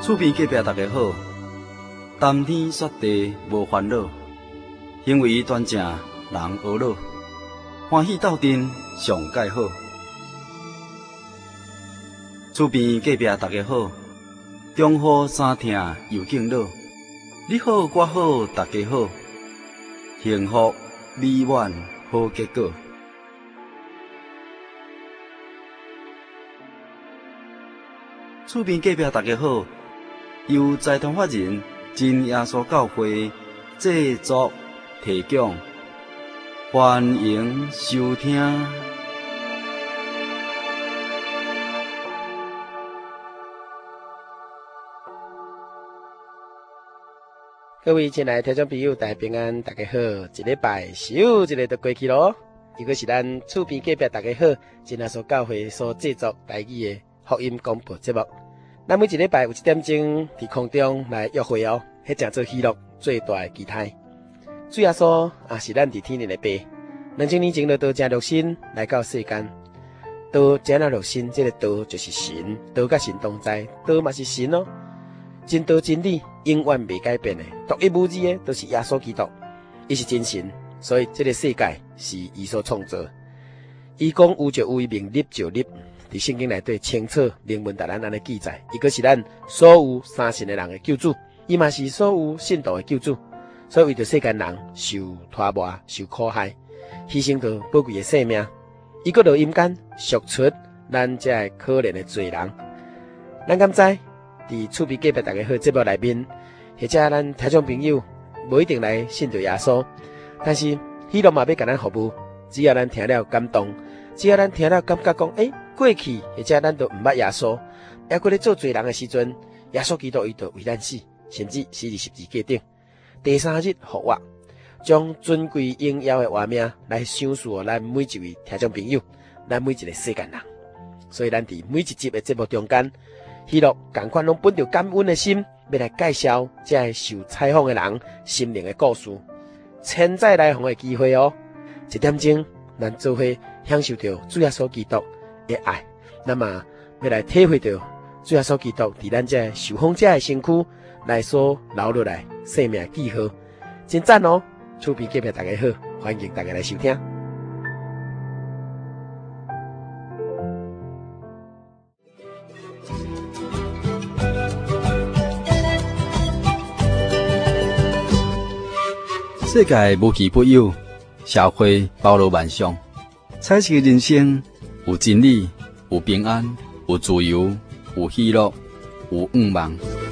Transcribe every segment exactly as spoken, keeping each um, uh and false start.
厝边隔壁大家好，谈天说地无烦恼，行为端正人学老，欢喜斗阵上介好。厝边隔壁大家好，中好三听又敬老，你好我好大家好，幸福美满好结果。厝边隔壁大家好，由财团法人真耶稣教会制作提供，欢迎收听。 各位亲爱的听众朋友，大家平安，大家好！一礼拜又一个就过去咯。如果是咱厝边隔壁大家好，真耶稣教会所制作台语的福音广播节目。咱每一礼拜有一点钟伫空中来约会哦，迄正做喜乐最大的期待。主耶稣也是咱伫天灵的爸，两千年前就道成肉身来到世间，道成了肉身，这个道就是神，道甲神同在，道嘛是神哦。真道真理永远未改变的，独一无二的都是耶稣基督，伊是真神，所以这个世界是伊所创造。伊讲有就有，命立就立。伫圣经内底清楚明文达咱安尼记载，伊个是咱所有相信的人的救主，伊嘛是所有信徒的救主，所以为着世间人受拖磨、受苦害，牺牲着宝贵的生命，伊个落阴间赎出咱这可怜的罪人。咱敢知伫厝边隔壁大家好节目内面，或者咱听众朋友无一定来信着耶稣，但是喜乐嘛要甲咱服务，只要咱听了感动，只要咱听了感觉讲，诶。过去或者咱都毋捌耶稣，还搁咧做罪人的时阵，耶稣基督伊就为咱死，甚至死伫十字架顶。第三日复活，将尊贵荣耀的活命来赏赐咱每一位听众朋友，咱每一个世间人。所以咱伫每一集的节目中间，喜乐同款拢本着感恩的心，要来介绍这个受采访的人心灵的故事，千载来逢的机会哦。一点钟，咱做伙享受着主耶稣基督的爱，那么要来体会到主耶稣基督伫咱这受访者的身躯来所留落来生命记号，真赞哦！厝边隔壁大家好，欢迎大家来收听。 世界无奇不有，社会包罗万象，彩色人生。有真理，有平安，有自由，有喜乐，有愿望。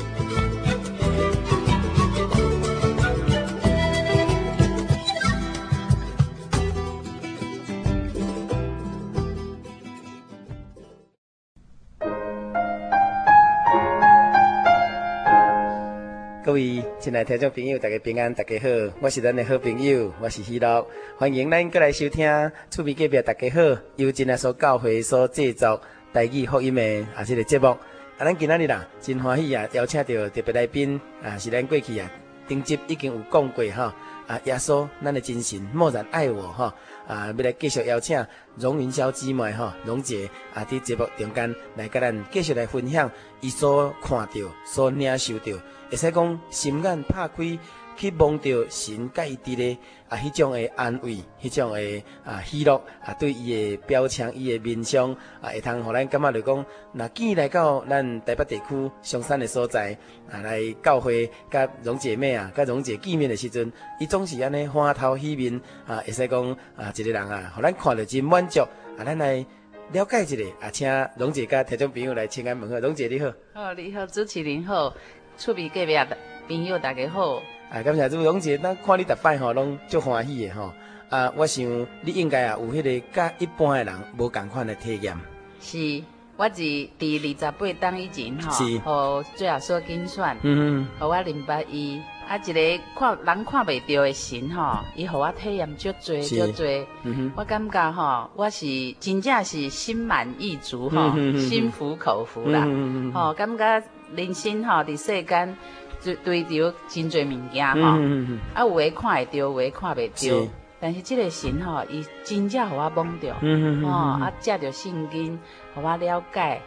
各位亲爱的听众朋友，大家平安，大家好，我是咱的好朋友，我是喜乐，欢迎咱过来收听厝边隔壁大家好，由真耶稣教会所制作台语福音的啊这个节目。啊，咱今仔日啦，真欢喜啊，邀请到特别来宾啊，是咱过去啊顶集已经有讲过哈啊，耶稣咱的真神默然爱我哈啊，要来继续邀请荣云霄姊妹哈，荣姐啊，伫节目中间来甲咱继续来分享伊所看到、所领受到。会使讲心眼拍开，去望到神甲伊伫咧啊，迄种的安慰，迄种的啊喜乐啊，对伊的表情、伊的面相啊，会通互咱感觉着讲，若见来到咱台北地区上山的所在啊，来教会甲蓉姐妹啊，甲蓉姐见面的时阵，伊总是安尼欢头喜面啊，会使讲啊，一个人啊，互咱看着真满足啊，咱来了解一下啊，请蓉姐甲听众朋友来请安问候，蓉姐你好。 好，你好，主持人好。厝边隔壁的朋友大家好， 啊，感谢主荣姐，咱看你逐摆吼，拢足欢喜的吼。啊，我想你应该啊有迄个甲一般的人无共款的体验。 是，我是伫二十八档以前吼， 是， 互最后所竞选， 嗯， 互我明白伊啊一个看人看袂到的神吼，伊互我体验足多足多，嗯、我感觉吼，我是真正是心满意足吼，嗯、心服口服啦，嗯、吼，感觉。人生吼，伫世间追追求真侪物件吼，嗯、啊有诶看会到，有诶看袂到。但是这个神吼，伊真正互我摸着，嗯、吼，啊借着圣经，互我了解，互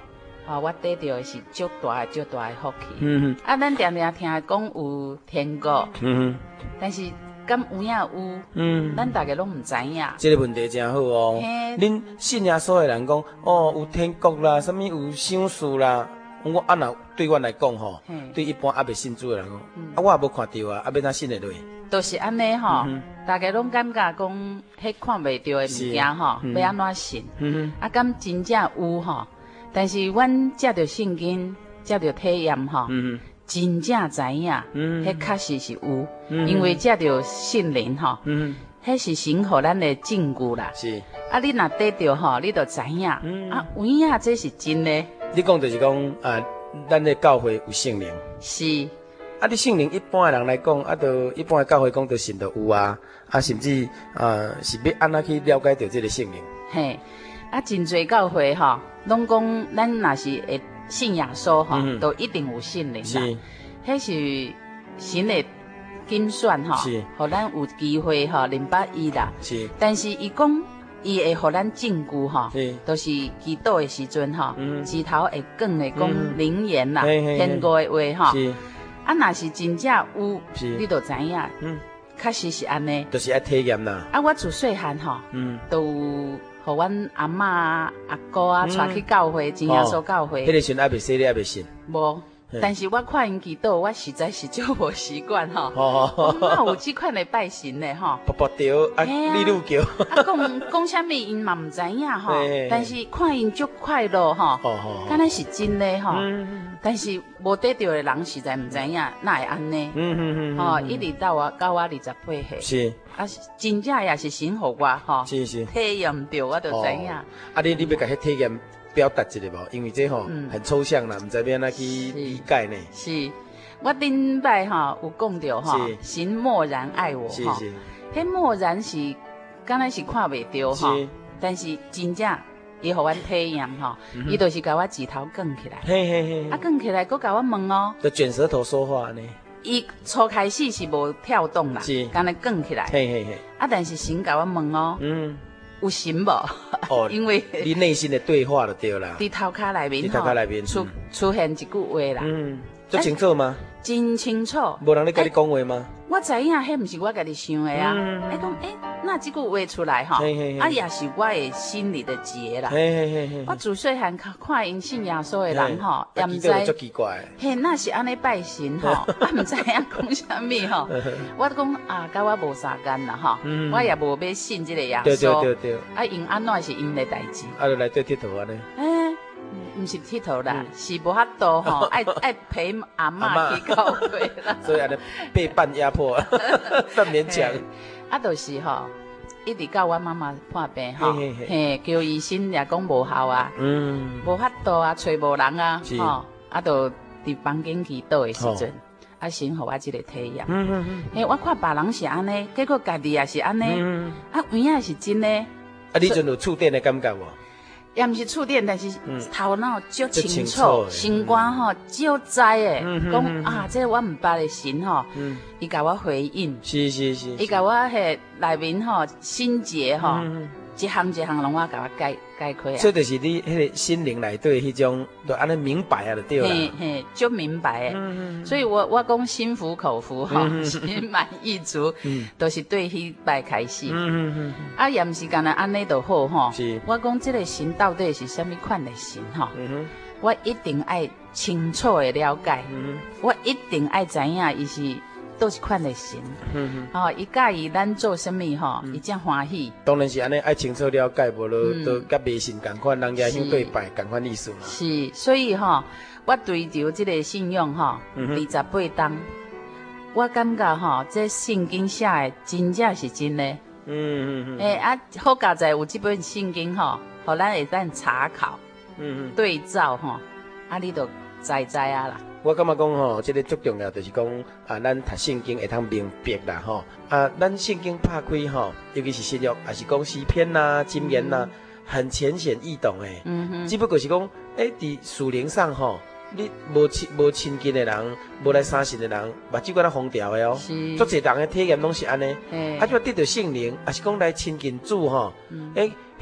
哦，我得到的是足大足大的福气。 嗯啊，咱常常听讲有天国， 嗯但是敢有影有？ 嗯， 咱大家拢唔知影。 这个问题真好哦。恁信耶稣的人讲，哦，有天国啦，什么有赏赐啦。我啊那对我来讲吼，对一般还未信主的人讲，啊我也无看到啊，啊要哪信得落？ 都是安尼吼，大家拢感觉讲，迄看袂到的物件吼，要安怎信？啊，敢真正有吼？但是阮接着圣经，接着体验吼，真正知影，迄确实是有，因为接着圣灵吼，迄是神互咱的证据啦。是，啊，你若得着吼，你就知影，啊，有影这是真的。 你讲就是讲啊，咱的教会有圣灵。 是。 啊，你圣灵一般的人来讲，啊，就一般的教会讲，就信得有啊，啊，甚至啊，是要安怎去了解到这个圣灵？ 嘿，啊，真侪教会吼，拢讲咱若是会信耶稣吼，都一定有圣灵啦。是，迄是神的拣选吼，是，互咱有机会吼明白伊啦。是，但是伊讲。伊会互咱证据吼，都是祈祷的时阵吼，指头会讲的讲灵言啦，天国的话吼。啊，若是真正有，你就知影，确实是安尼。 就是爱体验啦。 啊，我自细汉吼，都互阮阿嬷啊、阿哥啊带去教会，真耶稣教会。 迄个时阵还未洗礼，还未信。 无。但是我看因祈祷，我实在是足无习惯吼。哦，哪有这款的拜神的吼？ 卜卜掉啊，你愈叫。 啊，讲讲啥物因嘛唔知影吼。但是看因足快乐吼。哦哦。敢若是真的吼。嗯。但是无得到的人实在唔知影，哪会安尼？嗯嗯嗯。吼，一直到我到我二十八岁。是。啊，真正也是神互我吼。是是。体验到我就知影。啊， 你你要甲迄体验？表达一下无，因为这吼、嗯、很抽象啦，唔知要安怎去理解呢。 是，我顶摆吼有讲到吼，神默然爱我吼，迄默然是敢若是看袂到吼，但是真正伊互阮体验吼，伊就是甲我指头卷起来，嘿嘿嘿，啊卷起来，佮甲我问哦， 就卷舌头说话呢。 伊初开始是无跳动啦，是，敢若卷起来，嘿嘿嘿，啊但是神甲我问哦，嗯。有神无？哦，因为你内心的对话就对啦。 伫头壳内面， 伫头壳内面出出现一句话啦。嗯， 足清楚吗？ 真清楚。 无人咧甲你讲话吗？ 我知影，迄毋是我家己想的啊。哎讲，哎，那这句话出来吼，啊也是我的心里的结啦。我自细汉看因信耶稣的人吼，也毋知。 足奇怪。 嘿，那是安尼拜神吼，啊毋知影讲啥物吼。我讲啊，甲我无相干啦吼，我也无要信这个耶稣。对对对对。啊，因安怎是因的代志。 啊，就来做佚佗安尼。 哎，毋是佚佗啦，是无法度吼，爱爱陪阿嬷去教会啦。 所以安尼被半压迫，半勉强。 啊，就是吼，一直到我妈妈破病吼，嘿，叫医生也讲无效啊，嗯，无法度啊，找无人啊，吼，啊，就伫房间祈祷的时阵，啊，先互我这个体验。嗯嗯嗯。嘿，我看别人是安尼，结果家己也是安尼，啊，有影是真的。 啊，你阵有触电的感觉无？ 也毋是触电，但是头脑足清楚，心肝吼足知诶，讲啊，这我毋捌的神吼，伊甲我回应，是是是，伊甲我迄内面吼心结吼，一项一项拢我甲我解解开啊。 这就是你迄个心灵内底迄种，就安尼明白啊，就对啦。嘿嘿，足明白诶，所以我我讲心服口服吼，心满意足，都是对迄摆开始。嗯嗯嗯，啊，也毋是干那安尼就好吼。是，我讲这个神到底是什么款的神吼？我一定爱清楚的了解，我一定爱知影伊是。都是款的神，嗯嗯，哦，伊介意咱做什么吼，伊真欢喜。 当然是安尼，爱清楚了解，无就就甲迷信共款，人家向对拜共款意思嘛。 是，所以吼，我追求这个信仰吼，二十八档，我感觉吼，这圣经写的真正是真的。嗯嗯嗯。诶啊，好佳在有这本圣经吼，互咱会当参考，嗯嗯，对照吼，啊，你就知知啊啦。 我感觉讲吼，这个最重要就是讲啊，咱读圣经会通明白啦吼。啊，咱圣经拍开吼，尤其是新约，也是讲诗篇呐、箴言呐，很浅显易懂诶。嗯哼。只不过是讲，诶，伫属灵上吼，你无亲无亲近的人，无来相信的人，目睭敢若封条的哦。是。足侪人的体验拢是安尼。啊，就得到圣灵，也是讲来亲近主吼。嗯。诶，迄个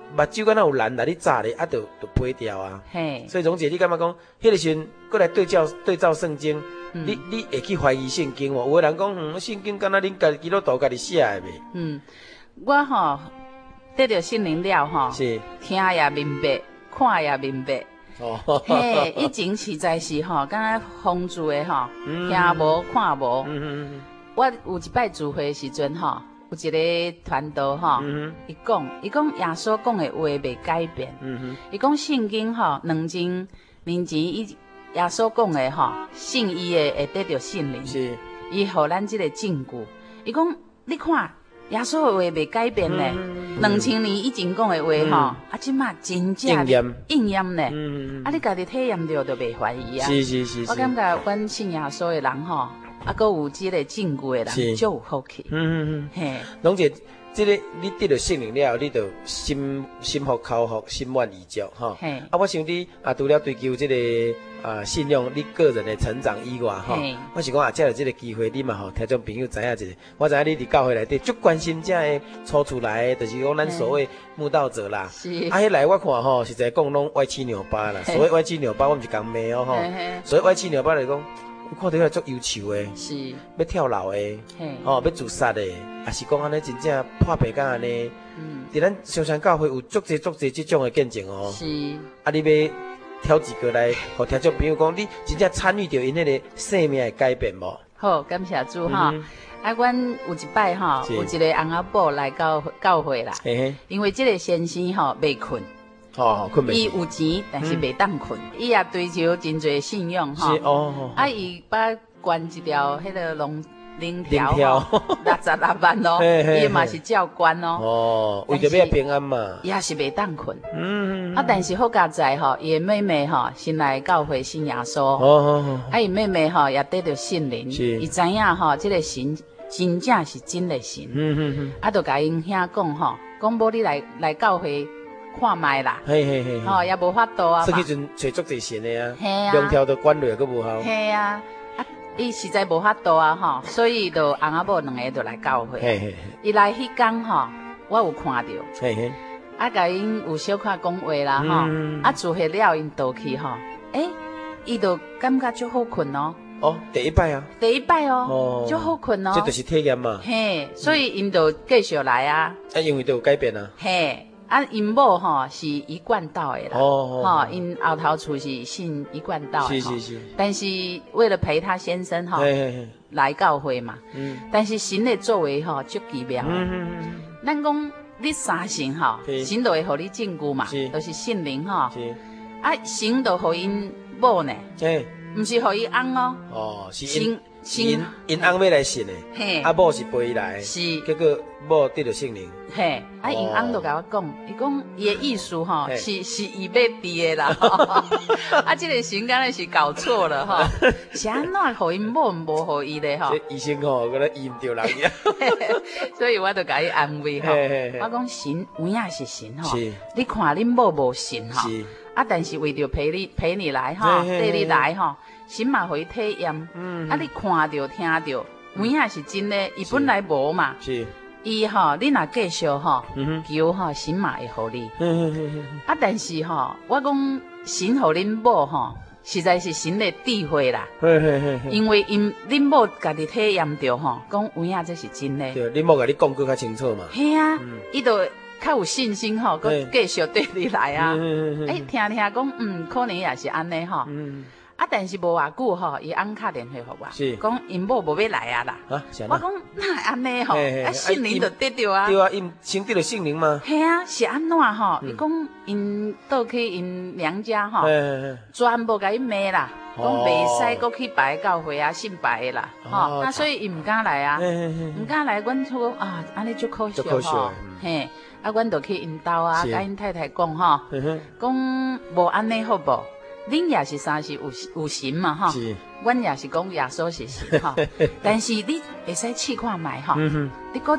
目睭敢若有蓝来你炸咧，啊，就就飞掉啊。 嘿， 所以蓉姐，你感觉讲，迄个时阵过来对照对照圣经， 嗯你你会去怀疑圣经无？有个人讲，嗯，圣经敢若恁家基督徒家己写的袂？ 嗯，我吼得到圣灵了吼， 是听也明白，看也明白。 哦， 嘿，以前实在是吼，敢若封住的吼， 嗯听无看无。 嗯嗯嗯我有一摆聚会的时阵吼，有一个传道吼， 嗯伊讲，伊讲耶稣讲的话袂改变。 嗯伊讲圣经吼，两千年前伊耶稣讲的吼，信伊的会得到圣灵嗯，，是伊互咱即个证据。伊讲，你看耶稣的话袂改变呢，两千年以前讲的话吼，啊，即马真正应验应验呢。 嗯啊，你家己体验着就袂怀疑啊。 是是是是， 我感觉阮信耶稣的人吼，啊，佮有即个证据的是人，足有福气。 嗯嗯嗯。 嘿， 蓉姐，这个你得到圣灵了，你就心心服口服，心满意足哈。 嘿啊，我想你啊，除了追求这个啊信仰你个人的成长以外哈嘿， 我是讲啊，借着这个机会，你嘛吼，听众朋友知影一下，我知影你伫教会内底足关心这的初出来的，就是讲咱所谓慕道者啦。 是。 啊，迄来我看吼，实在讲拢歪七扭八啦。 嘿所谓歪七扭八，我毋是讲骂哦吼。 嘿嘿所谓歪七扭八来讲，我看到迄个足忧愁的， 是， 要跳楼的。 嘿， 哦，要自杀的，也是讲安尼真正破病甲安尼。 嗯， 伫咱香山教会有足侪足侪即种的见证哦。 是， 啊，你要挑几个来，互听众朋友讲，你真正参与到因迄个生命的改变无？ 好，感谢主哈。 嗯啊，阮有一摆吼， 是有一个翁仔某来教教会啦， 嘿嘿， 因为即个先生吼袂困， 好好困伊袂？ 有钱，但是袂当困，伊也追求真侪信用是吼。 哦， 啊，伊把关一条迄个龙零条零条吼，六十六万咯， 嘿嘿嘿伊嘛是照关哦， 哦，为着但是要平安嘛。 伊也是袂当困。 嗯， 啊，但是好佳在吼，伊的妹妹吼先来教会信耶稣， 哦哦啊，伊妹妹吼也得到圣灵， 是伊知影吼，即个神真正是真的神。 嗯嗯嗯， 啊，就甲因兄讲吼，讲无你来来教会看卖啦， 嘿嘿嘿， 吼、也无法度啊嘛说迄，阵找足侪神的啊， 嘿啊两条都关落，佫无效。 嘿啊，啊，伊实在无法度啊吼，所以就翁仔某两个就来教会。 嘿嘿伊来迄天吼，我有看到， 嘿嘿， 啊，甲因有小可讲话啦吼， 嗯啊，住下了因倒去吼，诶，伊就感觉足好困哦， 哦，第一摆啊， 第一摆哦哦，足好困哦这，就是体验嘛。 嘿，所以因就继续来啊。 啊，因为都有改变啊。 嘿，啊，因某吼是一贯道的啦， 哦吼，因后头厝是信一贯道的吼是是是， 但是为了陪他先生吼嘿嘿嘿， 来教会嘛， 嗯但是神的作为吼足奇妙的， 嗯嗯咱讲你三神吼， 是神就会互你证据嘛是， 就是圣灵吼， 是， 啊，神就互因某呢， 嘿， 毋是互伊翁哦， 哦，是因神因因翁要来信的， 嘿啊，某是陪伊来， 是结果某得到圣灵， 嘿，啊，因翁就甲我讲，伊讲伊的意思吼嘿是是伊要伫的啦，啊，这个神敢若是搞错了吼，是安怎互因某无互伊的吼这，医生吼，搁咧医唔着人呀， 所以我就甲伊安慰吼， 嘿嘿嘿我讲神有影是神吼是， 你看恁某无神吼， 是， 啊，但是为着陪你陪你来吼， 嘿嘿嘿带你来吼，神嘛互伊体验， 嗯啊，你看着听着，有影是真的，伊本来无嘛。 是， 伊吼，你若继续吼嗯哼， 求吼，神嘛会互你。 嗯嗯嗯啊，但是吼，我讲神互恁某吼，实在是神的智慧啦。 嗯，嘿嘿嘿， 因为因恁某家己体验着吼，讲有影这是真的。 对，你莫甲你讲更较清楚嘛， 嘿啊嗯， 伊就较有信心吼， 嘿佮继续对你来啊。 嗯诶，听听讲，嗯，可能也是安尼吼。 嗯， 啊，但是无偌久吼，伊翁敲电话互我， 是讲因某无要来啊啦。 啊，是安我那讲哪会安尼吼？ 嘿嘿啊，圣灵就得着啊。 对啊，因先得到圣灵嘛， 嘿啊，是安怎吼？ 嗯伊讲因倒去因娘家吼， 嘿嘿嘿， 全部甲伊骂啦，讲哦袂使搁去别的教会啊，信别的啦， 哦吼，那所以伊毋敢来啊， 嘿嘿嘿毋敢来，阮厝啊，安尼足可惜足可惜的吼嗯， 嘿，啊，阮就去因兜啊， 是甲因太太讲吼， 嘿嘿， 讲无安尼好无？恁也是三是有有神嘛吼， 是， 阮也是讲耶稣是神吼，但是你会使试看卖吼， 嗯哼， 你搁一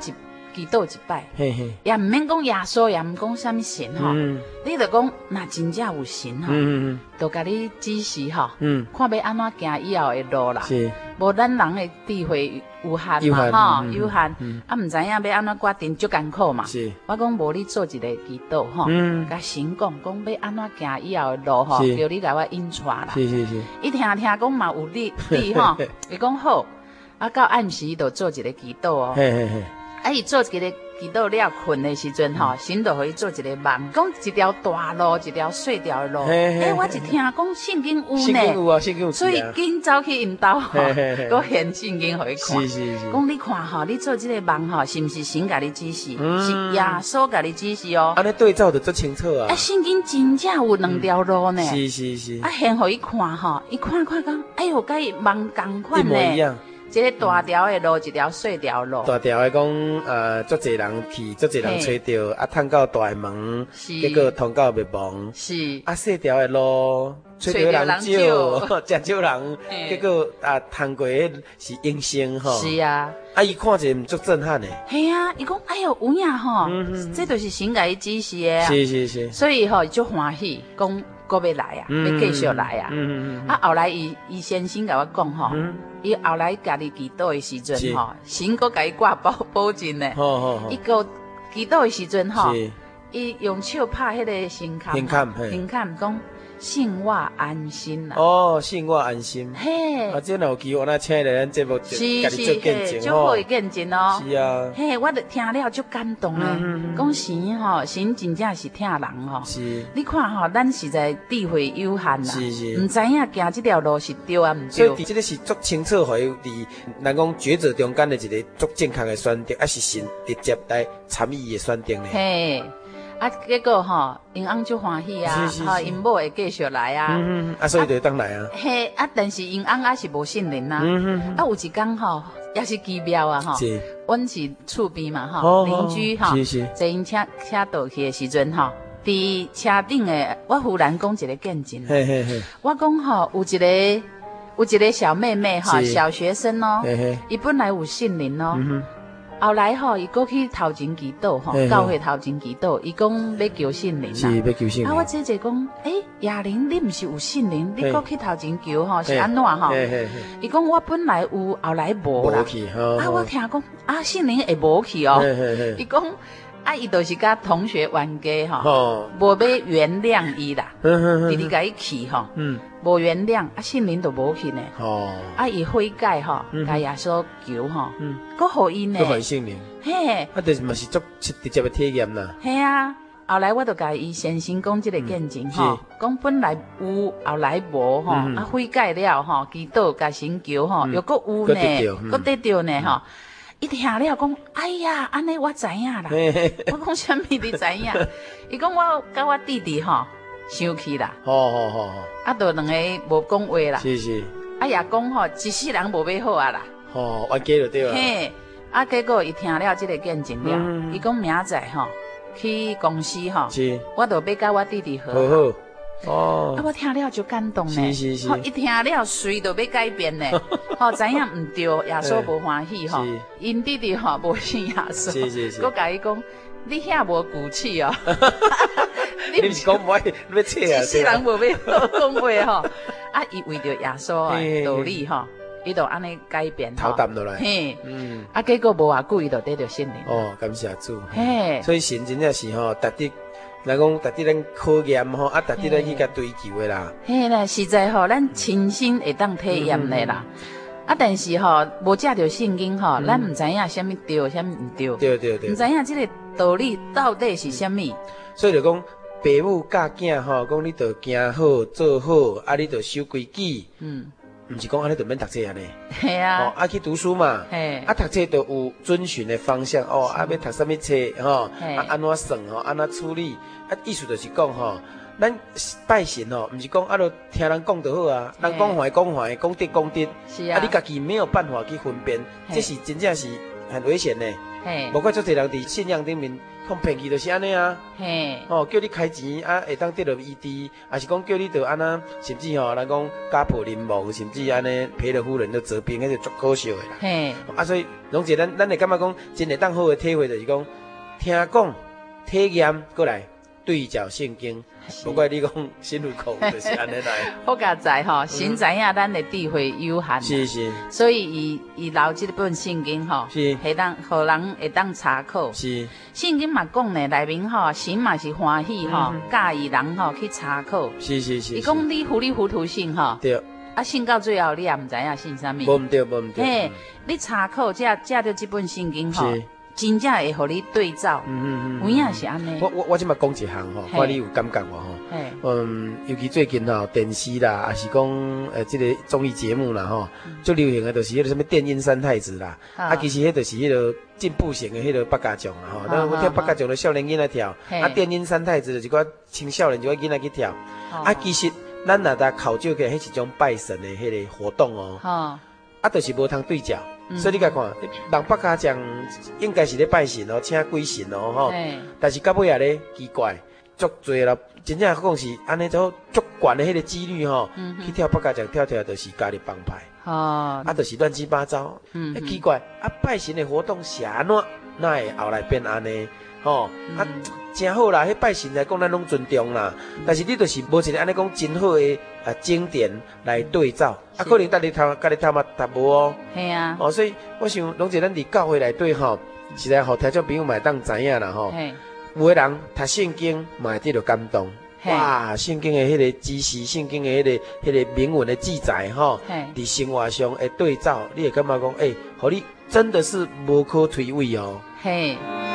祈祷一摆， 嘿嘿， 也毋免讲耶稣，也毋讲啥物神吼， 嗯你就讲若真正有神吼， 嗯嗯就甲你指示吼， 嗯， 看要安怎行以后的路啦。 是， 无咱人的智慧有限有限嘛，吼， 嗯有限， 嗯啊，毋知影要安怎决定，足艰苦嘛。 是， 我讲无你做一个祈祷吼， 嗯， 甲神讲，讲要安怎行以后的路吼， 是叫你甲我引带啦。 是是是， 伊听听讲嘛有理理吼，伊讲好，啊到暗时伊就做一个祈祷哦， 嘿嘿嘿， 啊伊做一个祈祷了困的时阵吼，神就互伊做一个梦，讲一條大路，一條細條的路。 嘿嘿诶，我一聽講聖經有呢， 圣经有啊，圣经有所以字啊， 緊走去因兜吼， 嘿嘿嘿佮現聖經互伊看是。是是， 講你看吼，你做這個夢吼，是毋是神甲你指示？ 嗯是耶穌甲你指示哦。 安尼对照的足清楚啊啊，，聖經真正有兩條路呢。 是是是， 啊，現互伊看吼，伊看看講，哎喲，甲伊夢共一款呢。 模一樣。 一個大條的路，一條細條路。 大條的講，呃，足濟人去，足濟人找到，啊，探到大的門， 是結果通到滅亡。 是。 啊，細條的路，找到的人少，真少人， 嘿結果啊，通過的是應聲吼。 是啊。 啊，伊看者毋足震撼的。 系啊，伊講哎喲有影吼， 嗯這就是神甲伊指示的啊。 是是是。 所以吼就歡喜，講閣要來啊，要繼續來啊。 嗯嗯啊，後來伊伊先生甲我講吼， 嗯， 伊後來家己祈禱的時是陣吼，神閣甲伊掛保保證呢。 好好好伊。個祈禱的時陣吼， 是。 伊用手拍迄個心坎， 心坎嘿心坎講信我安心啦。 哦，信我安心。 嘿啊，，这若有機會，咱請來咱節目， 是家己做是嘿， 見證吼就好的。見證哦。 是啊， 嘿，我就聽了就感動啊！ 嗯講神吼，神真正是疼人吼。 是你看吼，咱實在智慧有限啦， 是是唔知影行這條路是對啊，唔對。 所以伫即個是足清楚，互伊伫咱講抉擇中間的一個足正確的選擇，還是神直接來參與伊的選擇呢？ 嘿，啊，結果吼，因翁就歡喜啊是是，是吼，因某會繼續來啊。 嗯，啊，所以就當來啊。 嘿，啊，但是因翁也是無信任啊。 嗯啊，有一天吼，也是奇妙啊吼， 是阮是厝邊嘛哦吼，鄰居吼， 是是坐因車車倒去的時陣吼，佇車頂的，我忽然講一個見證。 嘿嘿嘿， 我講吼，有一個有一個小妹妹吼， 是小學生哦， 嘿嘿， 伊本來有信任哦， 嗯後來吼，伊過去頭前祈禱吼嘿嘿， 教會頭前祈禱，伊講要求信任哼，是啦。 要求信啊，我姐姐講，誒，亞玲，你毋是有信任，你嘿過去頭前求吼是安怎吼？ 嘿嘿嘿， 伊講我本來有，後來無啦無。去吼。 啊，我聽講啊，信任會無去哦。 嘿嘿嘿， 伊講啊，伊就是甲同學冤家吼， 吼， 無要原諒伊啦， 嗯嗯直直甲伊氣吼。 嗯， 无原谅，啊，信任就无去呢。 吼， 啊，伊悔改吼， 嗯甲耶穌求吼， 嗯， 佮互伊呢都。很信任， 嘿， 啊，就是嘛是足直接的體驗啦。 嘿啊。後來我就甲伊先生講即個見證嗯吼，講本來有，後來無吼， 嗯啊悔改了吼，祈禱甲神求吼， 嗯又佮有還得到呢， 嗯佮得到呢吼。伊聽了講，哎呀，安尼我知影啦。 嘿嘿， 我講啥物你知影？伊講我甲我弟弟吼生氣啦， 好好好好， 啊，就兩個無講話啦。 是是， 啊，也講吼，一世人無要好啊啦。 吼，冤家就對了。 嘿，啊，結果伊聽了即個見證了， 嗯伊講明仔吼去公司吼， 是， 我就要甲我弟弟和好好。 好，哦啊，，我聽了就感動呢。 是是是吼一聽了隨就要改變呢。吼，知影毋對，耶穌無歡喜吼是， 因弟弟吼無信耶穌， 是是是佮甲伊講，你遐無骨氣哦。 你不是講不愛要切啊？ 一世人無要好講話吼，啊，伊為着耶穌嘿的道理吼，伊就安尼改變頭吼。 淡落來。 嘿， 嗯， 啊，結果無偌久，伊就得到信任。 哦，感謝主。 嘿， 所以神真正是吼，值得，咱講值得咱考驗吼，啊，值得咱去甲追求的啦。 嘿啦，實在吼，咱親身會當體驗的啦。啊，但是吼，無借着聖經吼，咱毋知影啥物對，啥物毋對，毋對對對。 知影即個道理到底是啥物。 所以就講，父母教囝吼，講你着行好做好，啊，你着守規矩， 嗯， 毋是講安尼就免讀冊安尼。哦， 係啊， 啊去讀書嘛。 嘿， 啊，讀冊就有遵循的方向哦，啊，要讀什麼冊吼， 嘿啊，安怎算吼，安怎處理，啊，意思就是講吼，咱拜神吼，毋是講啊，就聽人講就好啊， 嘿人講壞講壞，講得講得， 是啊， 啊，你家己沒有辦法去分辨， 嘿這是真正是很危險的。 嘿， 无怪足侪人伫信仰顶面讲骗去就是安尼啊， 嘿， 哦，叫你开钱啊，会当得到医治，还是讲叫你着安那，甚至吼，人讲家破人亡，甚至安尼赔了夫人都折兵，迄是足可笑的啦。 嘿， 啊，所以拢是咱咱会感觉讲，真会当好的体会就是讲，听讲、体验过来对照圣经。不怪你讲心入口就是安尼来。 好佳在吼，神知影咱的智慧有限， 是是， 所以伊伊留这本圣经吼， 是会当互人会当参考。 是， 圣经嘛讲呢，内面吼神嘛是欢喜吼，介意人吼去参考。 是是是。 伊讲你糊里糊涂信吼， 对， 啊信到最后你也毋知影信啥物。 无毋对，无毋对。 嘿，你参考这这着这本圣经吼。真正会互你对照，嗯嗯嗯，有影是安尼。我我我即马讲一项吼，看你有感觉无吼？嗯，尤其最近吼电视啦，还是讲呃这个综艺节目啦吼，最流行的就是迄个什么电音三太子啦，啊其实迄就是迄个进步型的迄个八家将啦吼，那我跳八家将的少年囡仔跳，啊电音三太子就是个青少年就个囡仔去跳，啊其实咱若搭考究起来，迄是种拜神的迄个活动哦，啊就是无通对照。所以你甲看，人北家将应该是咧拜神哦，请鬼神哦吼。但是到尾啊咧奇怪，足侪啦，真正讲是安尼种足悬的迄个几率吼，去跳北家将跳跳就是家己帮派，哦，啊就是乱七八糟。嗯，奇怪，啊拜神的活动是安怎，哪会后来变安尼？吼，啊真好啦，迄拜神来讲咱拢尊重啦，但是你就是无一个安尼讲真好的啊经典来对照，啊可能搭你头，甲你头嘛搭无哦。系啊，哦，所以我想，拢是咱伫教会内底吼，是来互听众朋友嘛当知影啦吼。有的人读圣经嘛会得到感动，哇，圣经的迄个知识，圣经的迄个迄个铭文的记载吼，伫生活上会对照，你会感觉讲，诶，互你真的是无可推诿哦。嘿。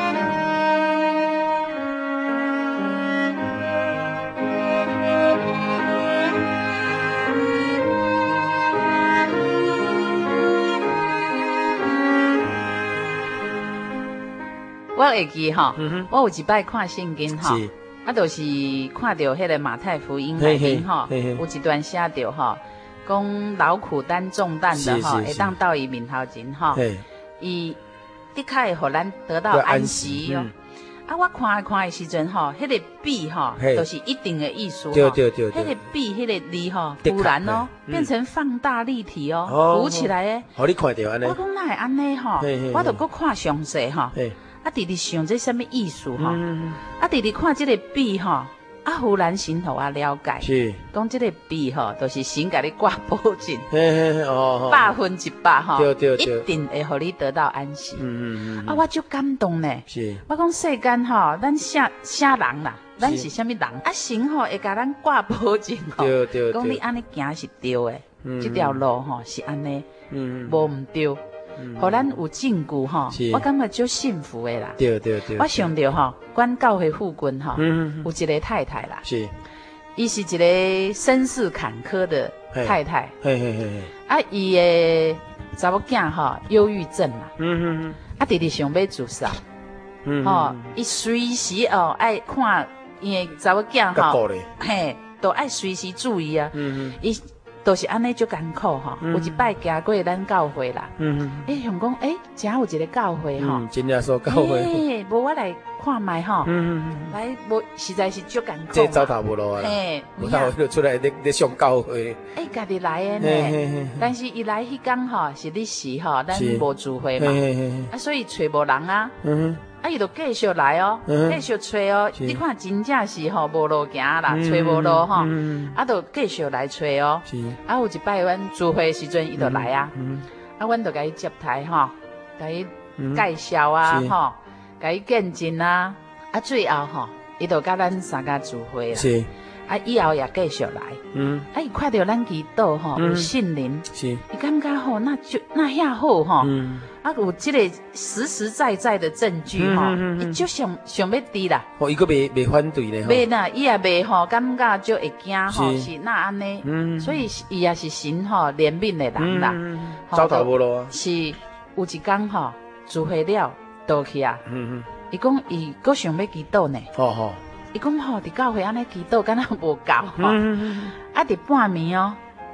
我会记吼，我有一摆看圣经吼，啊，就是看到迄个马太福音内面吼，有一段写到吼，讲劳苦担重担的吼，会当到伊面头前吼，伊的确会互咱得到安息哦。啊，我看看的时阵吼，迄个笔吼，都是一定的意思吼，迄个笔迄个字吼，突然哦，变成放大立体哦，浮起来诶， 互你看到安尼。 我讲哪会安尼吼，我就搁看详细吼。啊！弟弟想这什么意思哈？嗯、啊！弟弟看这个笔哈，啊！忽然心头啊了解，是讲这个笔哈，都、就是神给你挂保证，哦，百分一百哈，对对对，一定会互你得到安息。嗯嗯嗯。啊！我就感动呢，是我讲世间哈，咱啥啥人啦，咱是啥物人？啊！神吼会甲咱挂保证吼，对对对，讲你安尼行是对的，嗯、这条路吼是安尼，嗯，无唔对。互咱有证据吼，我感觉就幸福的啦。对对对，我想到吼，阮教会附近吼，有一个太太啦，是，伊是一个身世坎坷的太太，嘿嘿嘿，啊，伊的查某囝吼忧郁症啦，嗯嗯嗯，啊，弟弟想要自杀，嗯，吼，伊随时哦爱看伊的查某囝吼，嘿，都爱随时注意啊，嗯嗯，伊。都是安尼就艰苦吼，有一摆行过咱教会啦，诶，想讲诶，真有一个教会吼， 真正说教会， 诶，无我来看卖吼，来无实在是足艰苦， 这走头无路啊，嘿，有头就出来咧咧上教会， 诶，家己来诶呢，但是伊来迄天吼是日时吼，咱无聚会嘛，啊，所以找无人啊。啊，伊就继续来哦，继续吹哦。你看，真正是吼无路行啦，吹无路吼，啊，就继续来吹哦。啊，有一摆阮聚会时阵，伊就来啊，啊，阮就甲伊接待吼，甲伊介绍啊吼，甲伊见证啊，啊，最后吼，伊就甲咱三家聚会啦。是。啊，以后也继续来。嗯。啊，伊看到咱祈祷吼，有信灵，是。伊感觉吼，那就那遐好吼。嗯。啊，有这个实实在在的证据吼，伊就想想要滴啦。 哦，伊个未未反对呢。 未啦，伊也未吼，感觉就会惊吼，是那安尼。嗯。所以伊也是神吼怜悯的人啦。嗯。 走投无路啊。 是，有一天吼，聚会了，倒去啊。嗯嗯。伊讲伊阁想要祈祷呢。哦吼。伊讲吼，伫教会安尼祈祷，敢若无够吼。嗯嗯嗯。啊，伫半暝哦，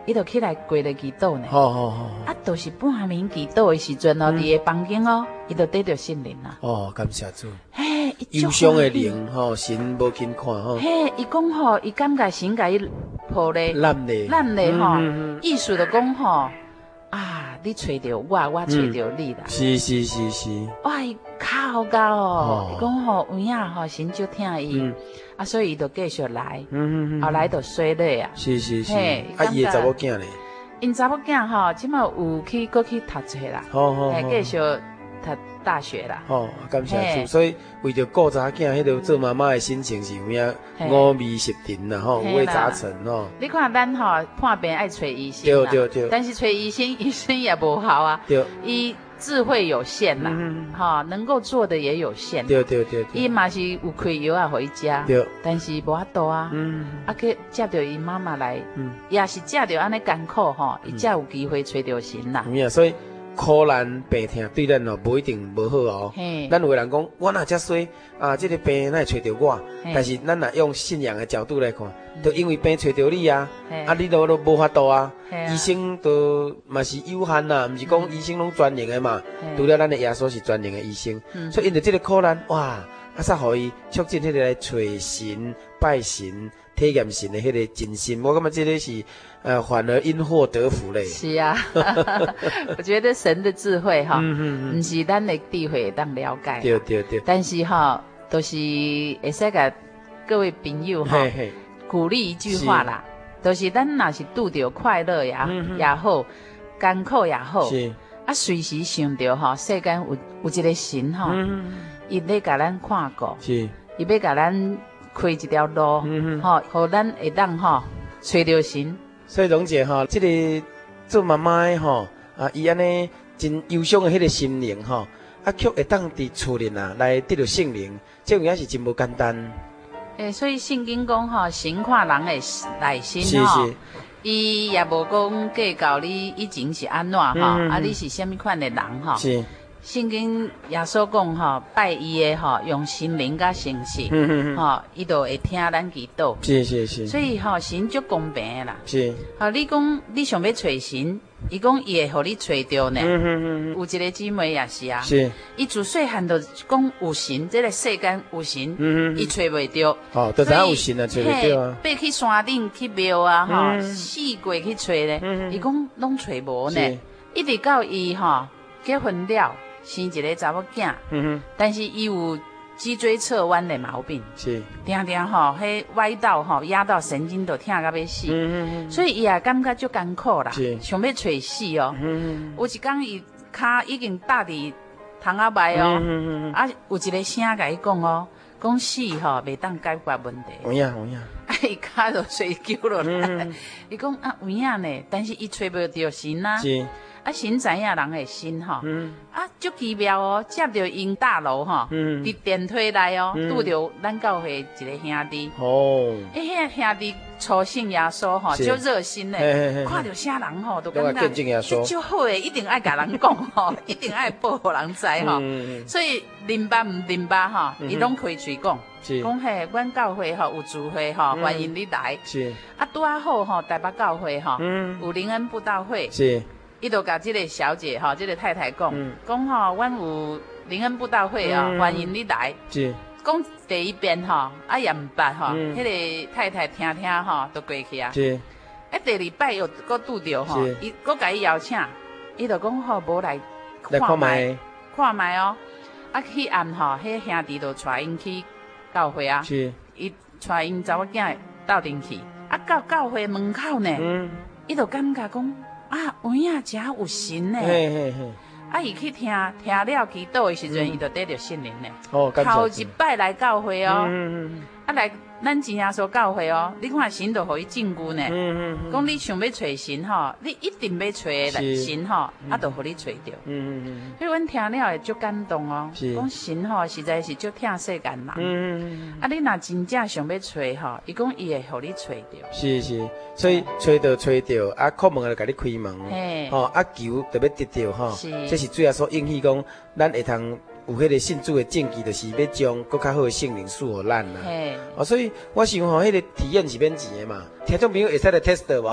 伊就起来跪咧祈祷呢。 好好好。 啊，就是半暝祈祷的时阵哦，伫个房间哦，伊就得到圣灵啦。 哦，感谢主。 嘿， 忧伤的灵吼，神无轻看吼。 嘿，伊讲吼，伊感觉神甲伊抱咧， 揽咧， 揽咧吼，意思就讲吼。啊！你找到我，我找到你啦。 是是是是。 哇，伊靠到哦，伊讲吼有影吼，神就听伊，啊，所以伊就继续来，后来就衰落啊。 是是是。啊，伊的查某囝咧？ 因查某囝吼，即马有去过去读册啦， 好好好， 继续读大学啦。 哦，感谢主。所以为着顾查囝，迄个做妈妈的心情是有影五味十陈啦，吼，五味杂陈吼。 你看咱吼判病爱找医生， 对对对。 但是找医生，医生也不好啊。 对。 伊智慧有限啦，哈，能够做的也有限。 对对对。 伊嘛是有开药啊回家， 对。 但是无法度啊。嗯。啊，去接到伊妈妈来，嗯，也是接到安尼艰苦吼，伊才有机会找到神啦。 有影，所以。苦难病痛对咱哦无一定无好哦，咱有个人讲我若遮衰啊，这个病哪会找到我？但是咱若用信仰的角度来看，就因为病找到你啊，啊你都都无法度啊，医生都嘛是有限呐，唔是讲医生拢专业的嘛，除了咱的耶稣是专业的医生，所以因着这个苦难哇，啊煞互伊促进迄个来找神拜神。体验神的迄个真心，我感觉这个是，呃，反而因祸得福嘞。 是啊，我觉得神的智慧哈，嗯不是咱的智慧当了解。 对对对。 但是哈，都是会使甲各位朋友哈，鼓励一句话啦，都是咱若是拄着快乐也也好，艰苦也好，是啊，随时想着哈，世间有有一个神哈，伊咧甲咱看顾，是，伊要甲咱。开一条路，吼，互咱会当吼找到神。 所以蓉姐吼，这个做妈妈的吼，啊，伊安尼真忧伤的迄个心灵吼，啊，却会当伫厝里啊来得到圣灵，这有影是真无简单。 诶，所以圣经讲吼，神看人的内心吼，伊也无讲计较你以前是安怎吼，啊，你是虾米款的人吼。是。圣经耶稣讲吼，拜伊的吼，用心灵甲诚实，吼，伊就会听咱祈祷。 是是是。 所以吼，神足公平的啦。 是。 吼，你讲你想要找神，伊讲伊会互你找到呢。嗯嗯嗯。有一个姊妹也是啊。是。伊自细汉就讲有神，这个世间有神，嗯嗯，伊找袂到。 哦，就知影有神啊，找袂到啊。 爬去山顶去庙啊，吼，四过去找咧，伊讲拢找无呢。一直到伊吼结婚了。生一个查某囝，嗯、但是伊有脊椎侧弯的毛病，是，定定吼，迄歪到吼压到神经都痛到要死，嗯、所以伊也感觉足艰苦啦，想要找死哦。嗯、有一天伊骹已经搭伫窗仔外哦，嗯、啊有一个声甲伊讲哦，讲死吼袂当解决问题。 有影有影， 啊伊骹就睡叫落来，伊讲、嗯、啊有影呢，但是伊找无到神啊。是啊，神知影人的心吼，嗯、啊，足奇妙哦！接到因大楼吼，伫、嗯、电梯内哦，拄着、嗯、咱教会一个兄弟哦，迄遐兄弟初信耶稣吼，足热心嘞，看到啥人吼，都感觉足好诶，一定爱甲人讲吼，一定爱报互人知吼，嗯、所以明白唔明白吼，伊拢开嘴讲，讲嘿，阮教会吼有聚会吼，欢迎你来，是啊，拄啊好吼，台北教会吼，嗯、有灵恩布道会，是。伊就甲这个小姐哈，这个太太讲，讲吼，阮有灵恩布道会啊，欢迎你来。是。讲第一遍吼，啊也唔捌吼，迄个太太听听吼，都过去啊。是。啊，第二摆又搁拄着吼，伊搁甲伊邀请，伊就讲吼，无来看卖，看卖哦。啊，迄暗吼，迄兄弟就带因去教会啊。是。伊带因查某囝斗阵去，啊，到教会门口呢，伊就感觉讲。啊，有影真有神呢！啊，伊去听听了祈祷的时阵，伊就得到圣灵呢。哦，头一摆来教会哦，啊来咱真耶稣教会哦，你看神就互伊证据呢。讲你想要找神吼，你一定要找神吼，啊，就互你找着。所以阮听了会足感动哦。讲神吼实在是足疼世间人。啊，你若真正想要找吼，伊讲伊会互你找着。 是是。所以找到找到，啊，叩门就甲你开门，吼，啊求就要得到吼，这是主要所应许讲，咱会通有迄个信主的证据，就是要将更较好的圣灵赐予咱啦。哦，所以我想吼，迄个体验是免钱的嘛，听众朋友会使来 test 无？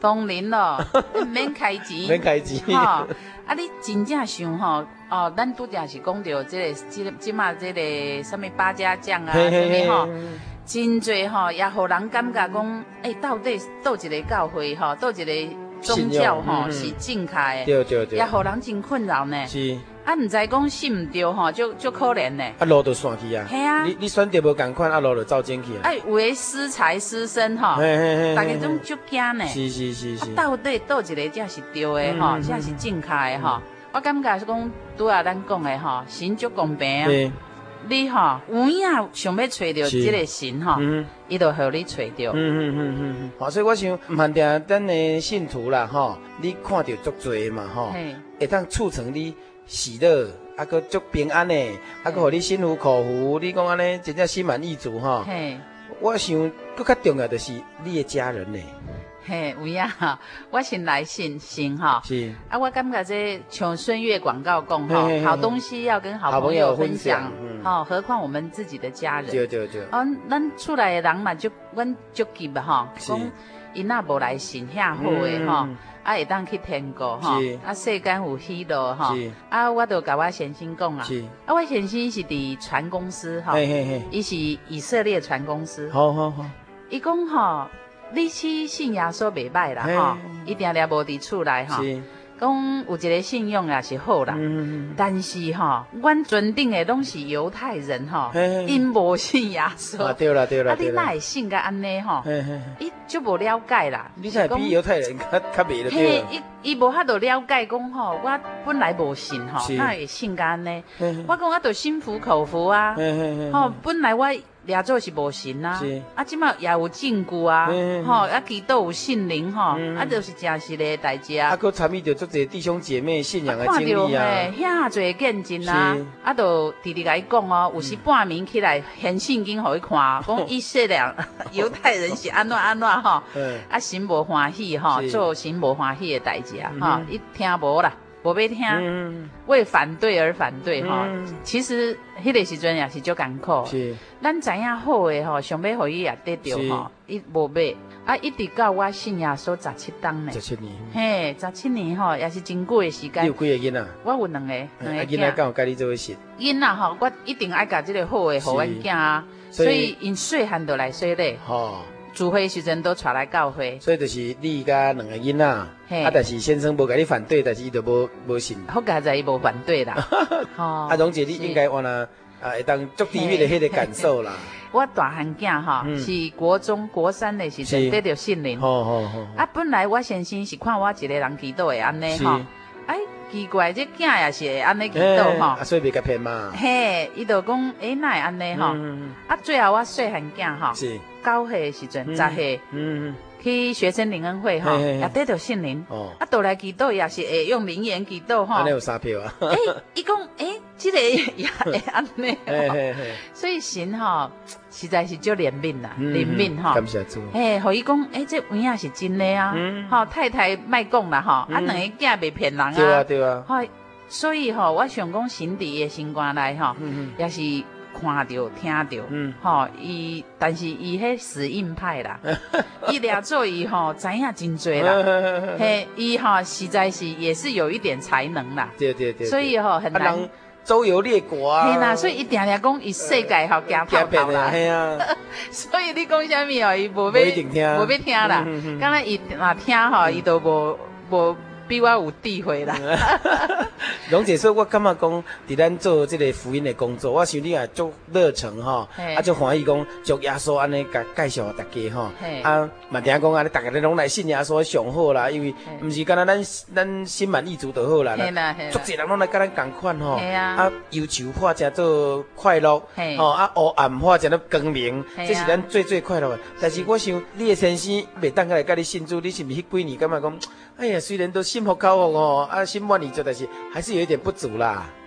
当然咯，免开钱， 免开钱。 吼，啊，你真正想吼，哦，咱拄则是讲到即个，即个，即马即个什么八家将啊，什么吼，真侪吼，也互人感觉讲，诶，到底倒一个教会吼，倒一个宗教吼是正确的， 对对对， 也互人真困扰呢。 是。 啊，唔知讲信唔对吼，就就可怜呢。 啊，路就散去啊。 系啊。 你你选择无共款，啊，路就走进去啊。 哎，有诶失财失身吼，大家种足惊呢。 是是是是。 啊，到底倒一个才是对诶吼，才是正确诶吼。我感觉是讲拄啊，咱讲诶吼，神足公平啊。你吼有影想要找到即个神吼，伊就互你找到。嗯嗯嗯嗯嗯。所以我想，唔限定咱诶信徒啦吼，你看到足多嘛吼，会当促成你喜乐，啊个足平安诶，啊个互你心服口服。你讲安尼真正心满意足吼。我想更较重要的是你诶家人呢。 嘿，有影吼，我先来信信吼。是。啊，我感觉这像孙悦广告讲吼，好东西要跟好朋友分享，吼，何况我们自己的家人。 对对对。 哦，咱厝内的人嘛，就阮足急啊吼，讲因若无来信遐好诶吼，啊会当去天国吼，啊世间有喜乐吼，啊我就甲我先生讲啊，啊我先生是伫船公司吼，伊是以色列船公司。好好好。伊讲吼。你去信耶稣袂歹啦吼，一定定无伫厝内吼，讲有一个信用也是好啦。嗯、但是吼，阮尊顶的拢是犹太人吼，因无信耶稣。 啊对啦对啦， 啊你哪会信甲安尼吼？伊就无了解啦。 你才比犹太人较较袂了对啦。 伊伊无遐多了解讲吼，我本来无信吼，哪会信甲安尼？我讲我都心服口服啊。吼，本来我。掠做是无神啊，啊，即马也有证据啊，吼，啊，祈祷有信灵吼，啊，就是真实的代志啊。 啊，佮参与着足侪弟兄姐妹信仰的经历啊， 遐侪见证啊，啊，就直直甲伊讲哦，有时半暝起来现圣经互伊看，讲以色列犹太人是安怎安怎吼，啊，神无欢喜吼，做神无欢喜的代志啊，吼，伊听无啦。无要听，嗯、为反对而反对哈。嗯、其实迄个时阵也是足艰苦。是，咱知影好的吼，想要互伊也得到吼，伊无买，啊，一直到我信耶稣十七档呢。 十七年。 嘿，十七年吼，也是真久的时间。 你有几个囡仔？ 我有两个，两个囡仔敢有甲你做伙信？ 囡仔吼，我一定爱甲即个好的互阮囝啊，所以因细汉就来说咧。吼。聚会时阵都带来教会， 所以就是你甲两个囡仔，啊，但是先生无甲你反对，但是伊就无无信。 好佳在伊无反对啦。 哦，啊，蓉姐你应该原来啊会当足甜蜜的迄个感受啦。 我大汉囝哈是国中国三的时阵得到信灵。好好好。啊，本来我先生是看我一个人祈祷会安尼哈，哎，奇怪，这囝也是会安尼祈祷哈。 啊，所以袂甲骗嘛。 嘿，伊就讲，哎，哪会安尼哈？啊，最后我细汉囝哈。是。九岁的时阵，十岁，嗯，去学生灵恩会哈，也得到信灵，哦，啊，倒来祈祷也是会用灵言祈祷哈。 安尼有三票啊？ 哎，伊讲，哎，这个也会安尼，所以神哈实在是足怜悯啦，怜悯哈。 感谢主。 哎，互伊讲，哎，这有影是真的啊，哈，太太卖讲啦哈，啊，两个囝袂骗人啊。 对啊，对啊。 哈，所以哈，我想讲神伫伊的心肝内哈，也是。看到听到，嗯，吼，伊但是伊迄死硬派啦，伊掠做伊吼知影真多啦，嘿，伊吼实在是也是有一点才能啦， 对对对， 所以吼很难周游列国啊， 嘿啦，所以一定定讲伊世界吼行透透啦，嘿啊，所以你讲啥物哦，伊无要听，无要听啦，刚才伊若听吼，伊都无无。比我有智慧啦。 蓉姐说，我感觉讲，伫咱做这个福音的工作，我想你也足热忱吼，啊足欢喜讲，祝耶稣安尼甲介绍大家吼，啊，嘛听讲安尼，大家拢来信耶稣上好啦，因为毋是干那咱咱心满意足就好啦，足侪人拢来甲咱共款吼，啊，忧愁化成做快乐，吼，啊，黑暗化成做光明，这是咱最最快乐的。但是我想，你的先生袂当来甲你信主，你是毋是迄几年感觉讲，哎呀，虽然都心服口服哦，啊，心满意足，但是还是有一点不足啦。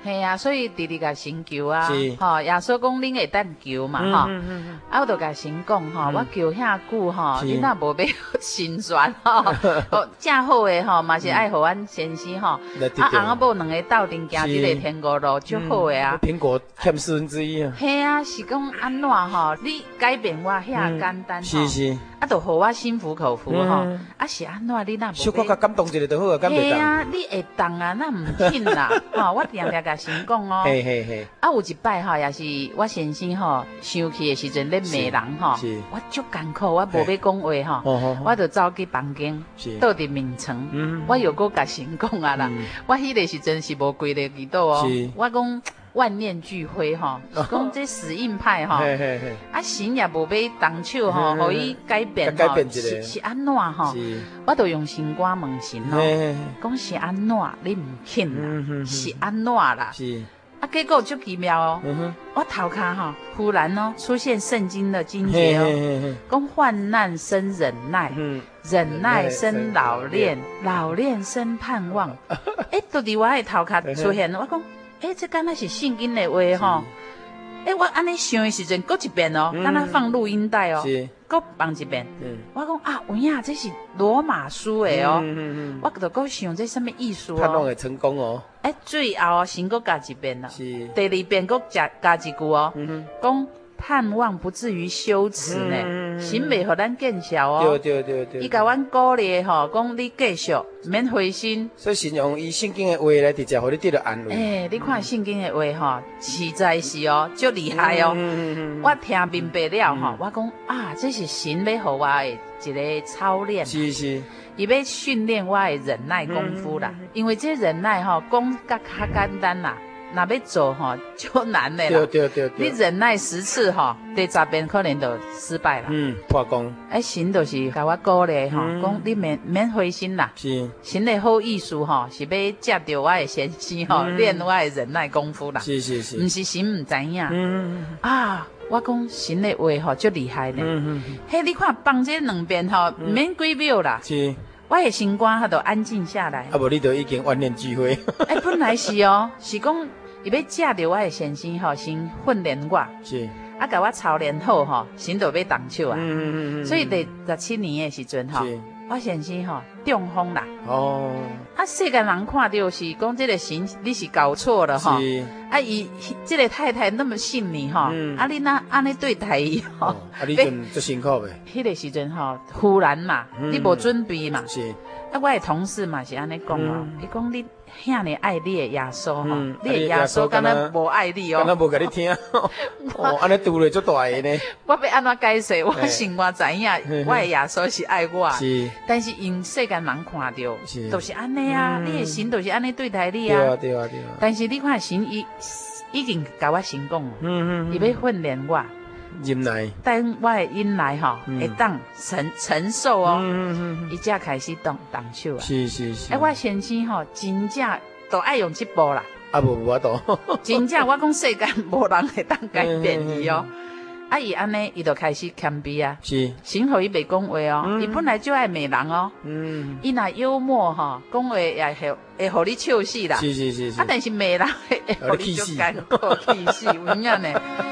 系啊，所以直直甲神求啊，吼，耶稣讲恁会当求嘛，吼，啊，我就甲神讲吼，我求遐久吼，恁若无要心酸吼，哦，正好诶吼，嘛是爱互阮先生吼，啊，翁仔某两个斗阵行即个天国路，足好诶啊。 苹果欠四分之一啊。 系啊，是讲安怎吼？你改变我遐简单吼，是是，啊，就互我心服口服吼，啊是安怎你若无？ 小可甲感动一下就好啊，感袂动。 系啊，你会动啊，那唔紧啦，吼，我定定甲先讲哦。 嘿嘿嘿。啊， 有一摆吼，也是我先生吼生气的时阵咧骂人吼，我足艰苦，我无要讲话吼，我就走去房间，倒伫眠床，我又搁甲先讲啊啦，我迄个时阵是无跪咧祈祷哦，我讲。万念俱灰吼，讲这死硬派吼，啊神也无要动手吼，互伊改变吼，是是安怎吼？我就用心肝问神咯，讲是安怎？你唔肯啦，是安怎啦？啊，结果足奇妙哦，我头壳吼忽然哦出现圣经的经节哦，讲患难生忍耐，忍耐生老练，老练生盼望。诶，都伫我的头壳出现，我讲。诶，这敢若是圣经的话吼。诶，我安尼想的时阵，搁一遍哦，敢若放录音带哦，搁放一遍。我讲啊，有影，这是罗马书的哦。我就搁想这什么意思哦？ 盼望会成功哦。 诶，最后先搁加一遍了。是。第二遍搁加加一句哦，讲盼望不至于羞耻呢，神袂互咱见笑哦。 对对对对。 伊甲阮鼓励吼，讲你继续，免灰心。 所以神用伊圣经的话来直接互你得到安慰。 诶，你看圣经的话吼，实在是哦，足厉害哦。我听明白了吼，我讲啊，这是神要互我的一个操练。 是是。 伊要训练我的忍耐功夫啦，因为这忍耐吼，讲甲较简单啦。若要做吼，就难的啦。 对对对对。 你忍耐十次吼，第十遍可能就失败啦。 嗯，破功。 哎，神就是甲我鼓励吼，讲你免免灰心啦。是。神的好意思吼，是要接着我的先生吼，练我的忍耐功夫啦。 是是是。 唔是神唔知影。嗯。啊，我讲神的话吼，足厉害呢。嗯嗯。嘿，你看放这两遍吼，唔免几秒啦。是。我的心肝它就安静下来。 啊，无你就已经万念俱灰。 哎，本来是哦，是讲伊要借着我的先生吼，先训练我。是。啊，甲我操练好吼，神就要动手啊。嗯嗯嗯。所以第十七年的时阵吼，我先生吼中风啦。哦。啊，世间人看到是讲这个神你是搞错了吼。是。啊，伊这个太太那么信你吼，啊，你那安尼对待伊吼。 啊，你阵足辛苦呗。 迄个时阵吼，忽然嘛，你无准备嘛。是。啊，我的同事嘛是安尼讲哦，伊讲你遐尼爱你的耶稣吼，你的耶稣敢若无爱你哦。 敢若无甲你听。哦，安尼拄咧足大个呢。 我要安怎解释？我心我知影，我的耶稣是爱我。是。但是因世间人看到，都是安尼啊，你的神都是安尼对待你啊。 对啊对啊对啊。 但是你看神伊已经甲我神讲，嗯嗯，伊要训练我。 忍耐， 等我的忍耐吼，会当承承受哦，伊才开始动动手啊。是是是。哎，我先生吼，真正都爱用这步啦。 啊，无无法度。 真正我讲世间无人会当改变伊哦。啊，伊安尼，伊就开始谦卑啊。是。幸好伊袂讲话哦，伊本来就爱骂人哦。嗯。伊若幽默吼，讲话也会会互你笑死啦。 是是是是。 啊，但是骂人会互你就艰苦气死，有影呢。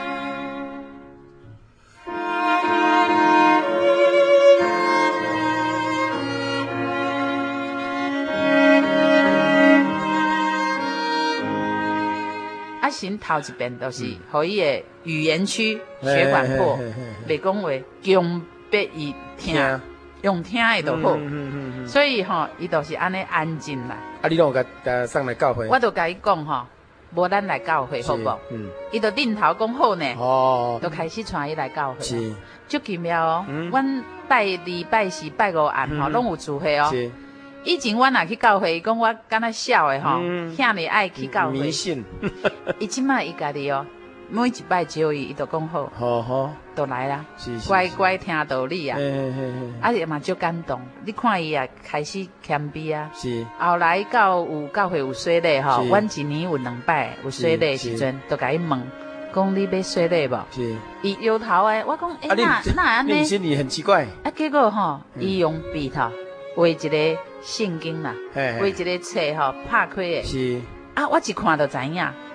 啊，神头一遍都是，互伊的语言区血管破，袂讲话，强迫伊听，用听的就好。所以吼，伊都是安尼安静啦。 啊，你拢有甲甲送来教会？ 我就甲伊讲吼，无咱来教会好无？嗯。伊就点头讲好呢。哦。就开始带伊来教会。是。足奇妙哦！阮拜二、拜四、拜五暗吼，拢有聚会哦。是。以前我若去教会，讲我敢若小的吼，遐尼爱去教会。 迷信。 伊即摆伊家己哦，每一摆招伊，伊就讲好，好好，就来啦，乖乖听道理啊。啊，伊嘛足感动。你看伊啊，开始谦卑啊。是。后来到有教会有洗礼吼，阮一年有两摆有洗礼的时阵，都甲伊问，讲你要洗礼无？是。伊摇头诶，我讲诶，那那安尼。 你心里很奇怪。 啊，结果吼，伊用笔头画一个。圣经啦，为一个册吼拍开的，是啊，我一看就知影，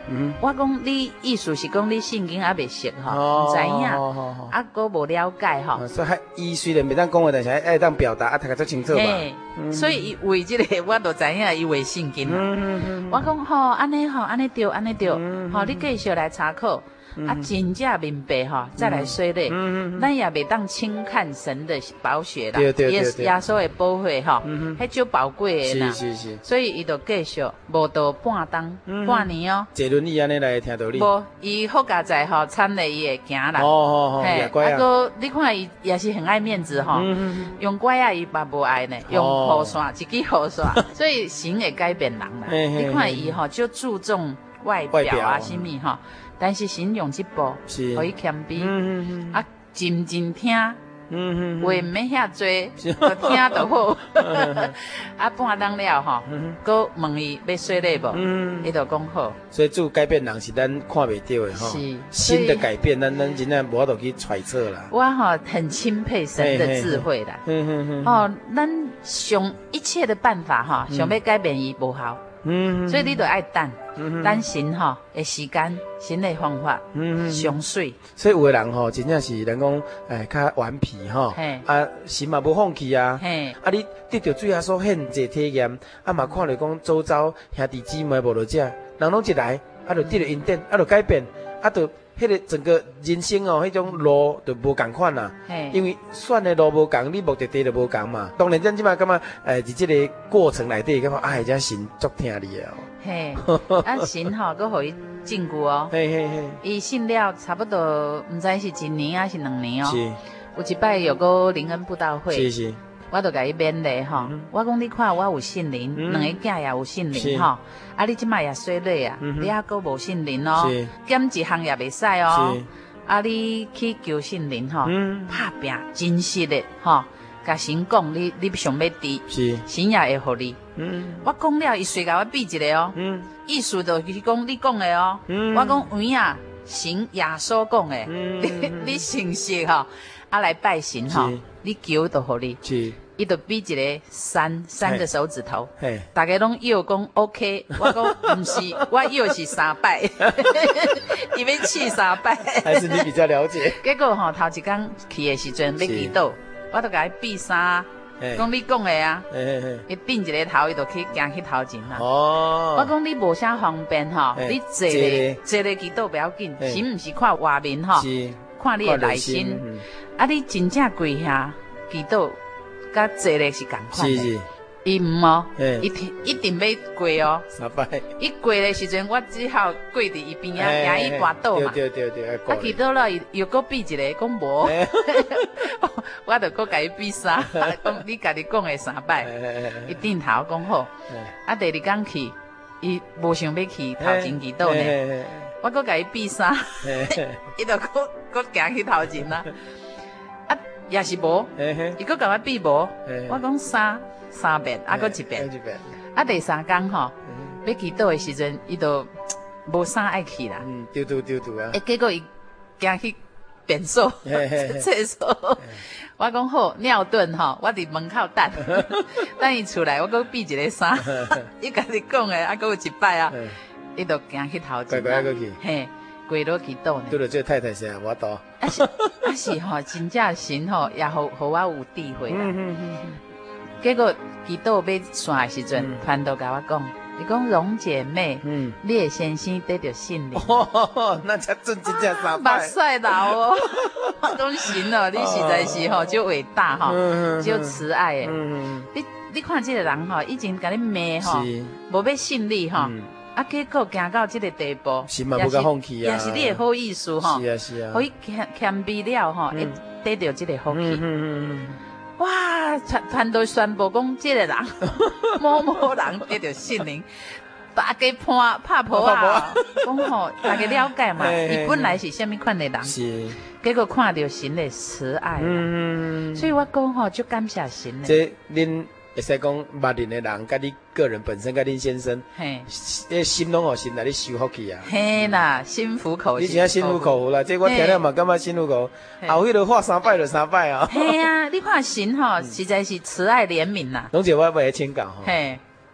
嗯， 我讲你意思是讲你圣经还未熟吼，唔知影，啊，搁无了解吼。 所以伊虽然袂当讲话，但是爱当表达，啊，读个足清楚嘛。 所以伊为即个，我都知影伊为圣经啦。我讲吼，安尼吼，安尼对，安尼对，吼，你继续来查考。啊，真正明白哈，再来说咧，咱也袂当轻看神的宝血啦，耶耶稣的宝血哈，迄就宝贵的啦， 是是是， 所以伊就继续无到半冬半年哦。 坐轮椅安尼来听道理。 无，伊好佳在吼，参咧伊会行啦。 哦哦哦，嘿， 啊个你看伊也是很爱面子吼，用拐啊伊嘛无爱呢，用雨伞一支雨伞，所以神会改变人啦。你看伊吼就注重外表啊，什么吼。但是神用这步，可以谦卑，嗯、啊，真真听，话唔免遐多，就听就好。啊，半当了吼，佮问伊要说咧无，伊就讲好。 所以主改变人是咱看袂到的吼， 是新的改变，咱咱真正无法度去揣测啦。 我吼很钦佩神的智慧啦。哦，咱想一切的办法哈，想要改变伊无效。嗯，所以你就爱等，等神吼的时间，神的方法，嗯，上水。 所以有的人吼，真正是人讲，诶，较顽皮吼，啊，神嘛无放弃啊，啊，你得到最后所显这体验，啊嘛看到讲周遭兄弟姊妹无落这，人拢一来，啊，就得到恩典，啊，就改变，啊，就迄个整个人生哦，迄种路就无共款啦，因为选的路无共，你目的地就无共嘛。当然，咱即马感觉，诶，伫即个过程内底，感觉哎，这神足听你的哦。 嘿，啊神吼，佮互伊证据哦。嘿嘿嘿，伊信了差不多，毋知是一年还是两年哦。是。有一摆有个灵恩布道会。是是。我就甲伊勉励吼，我讲你看我有信灵，两个囝也有信灵吼，啊你即摆也衰累啊，你还阁无信灵哦，减一项也袂使哦，啊你去求信灵吼，拍拼真实的吼，甲神讲你你想要伫，神也会互你。我讲了，伊随甲我比一个哦，意思就是讲你讲的哦，我讲有影神耶稣讲的，你你信息吼。啊，来拜神吼，你求就互你，伊就比一个三三个手指头，大家拢摇讲 OK， 我讲毋是，我摇是三摆，伊要试三摆， 还是你比较了解？ 结果吼头一工去的时阵要祈祷，我就甲伊比三，讲你讲的啊，伊顶一个头，伊就去行去头前啦。哦，我讲你无啥方便吼，你坐咧坐咧祈祷不要紧，是毋是看外面吼？看你的内心，啊！你真正跪下祈祷，甲坐咧是共款的。伊毋哦，一定一定要跪哦。三摆。伊跪的时阵，我只好跪伫伊边啊，让伊跋倒嘛。对对对对。啊，祈祷了，又搁比一个，讲无。我就搁甲伊比三，讲你家己讲的三摆。伊点头讲好。啊，第二工去，伊无想要去头前祈祷呢。我搁甲伊比三，伊就搁搁行去头前啦。啊，也是无，伊搁甲我比无。我讲三三遍，啊，搁一遍。啊，第三工吼，要祈祷的时阵，伊就无啥爱去啦。嗯， 丢丢丢丢啊！ 诶，结果伊行去便所、厕所。我讲好尿遁吼，我伫门口等，等伊出来，我搁比一个三。伊家己讲的，啊，搁有一摆啊。伊就行去头前， 乖乖去， 嘿，跪落去倒呢。 对了，这太太是我倒。 啊是啊是吼，真正神吼也互互我有智慧啦。结果祈祷要散的时阵，团都甲我讲，伊讲蓉姐妹，嗯，你的先生得到信灵。 哦，那才真真正三摆。 目屎流哦，我讲神哦，你实在是吼，就伟大吼，就慈爱的。你你看这个人吼，已经甲你骂吼，无要信你吼。啊，结果行到这个地步， 是嘛不敢放弃啊， 也是你的好意思吼， 是啊是啊， 可以谦谦卑了吼，会得到这个福气。哇，团团队宣布讲，这个人某某人得到信灵，大家拍拍婆啊，讲吼，大家了解嘛，伊本来是虾米款的人，是，结果看到神的慈爱，嗯，所以我讲吼，就感谢神。 这恁。会使讲捌认的人，甲你个人本身，甲恁先生，嘿，诶，心拢互神来你修福气啊。 嘿啦，心服口服。 你真心服口服啦，这我听了嘛，感觉心服口服。后迄个画三摆就三摆啊。 嘿啊，你看神吼，实在是慈爱怜悯呐。 拢是我为请教吼。嘿，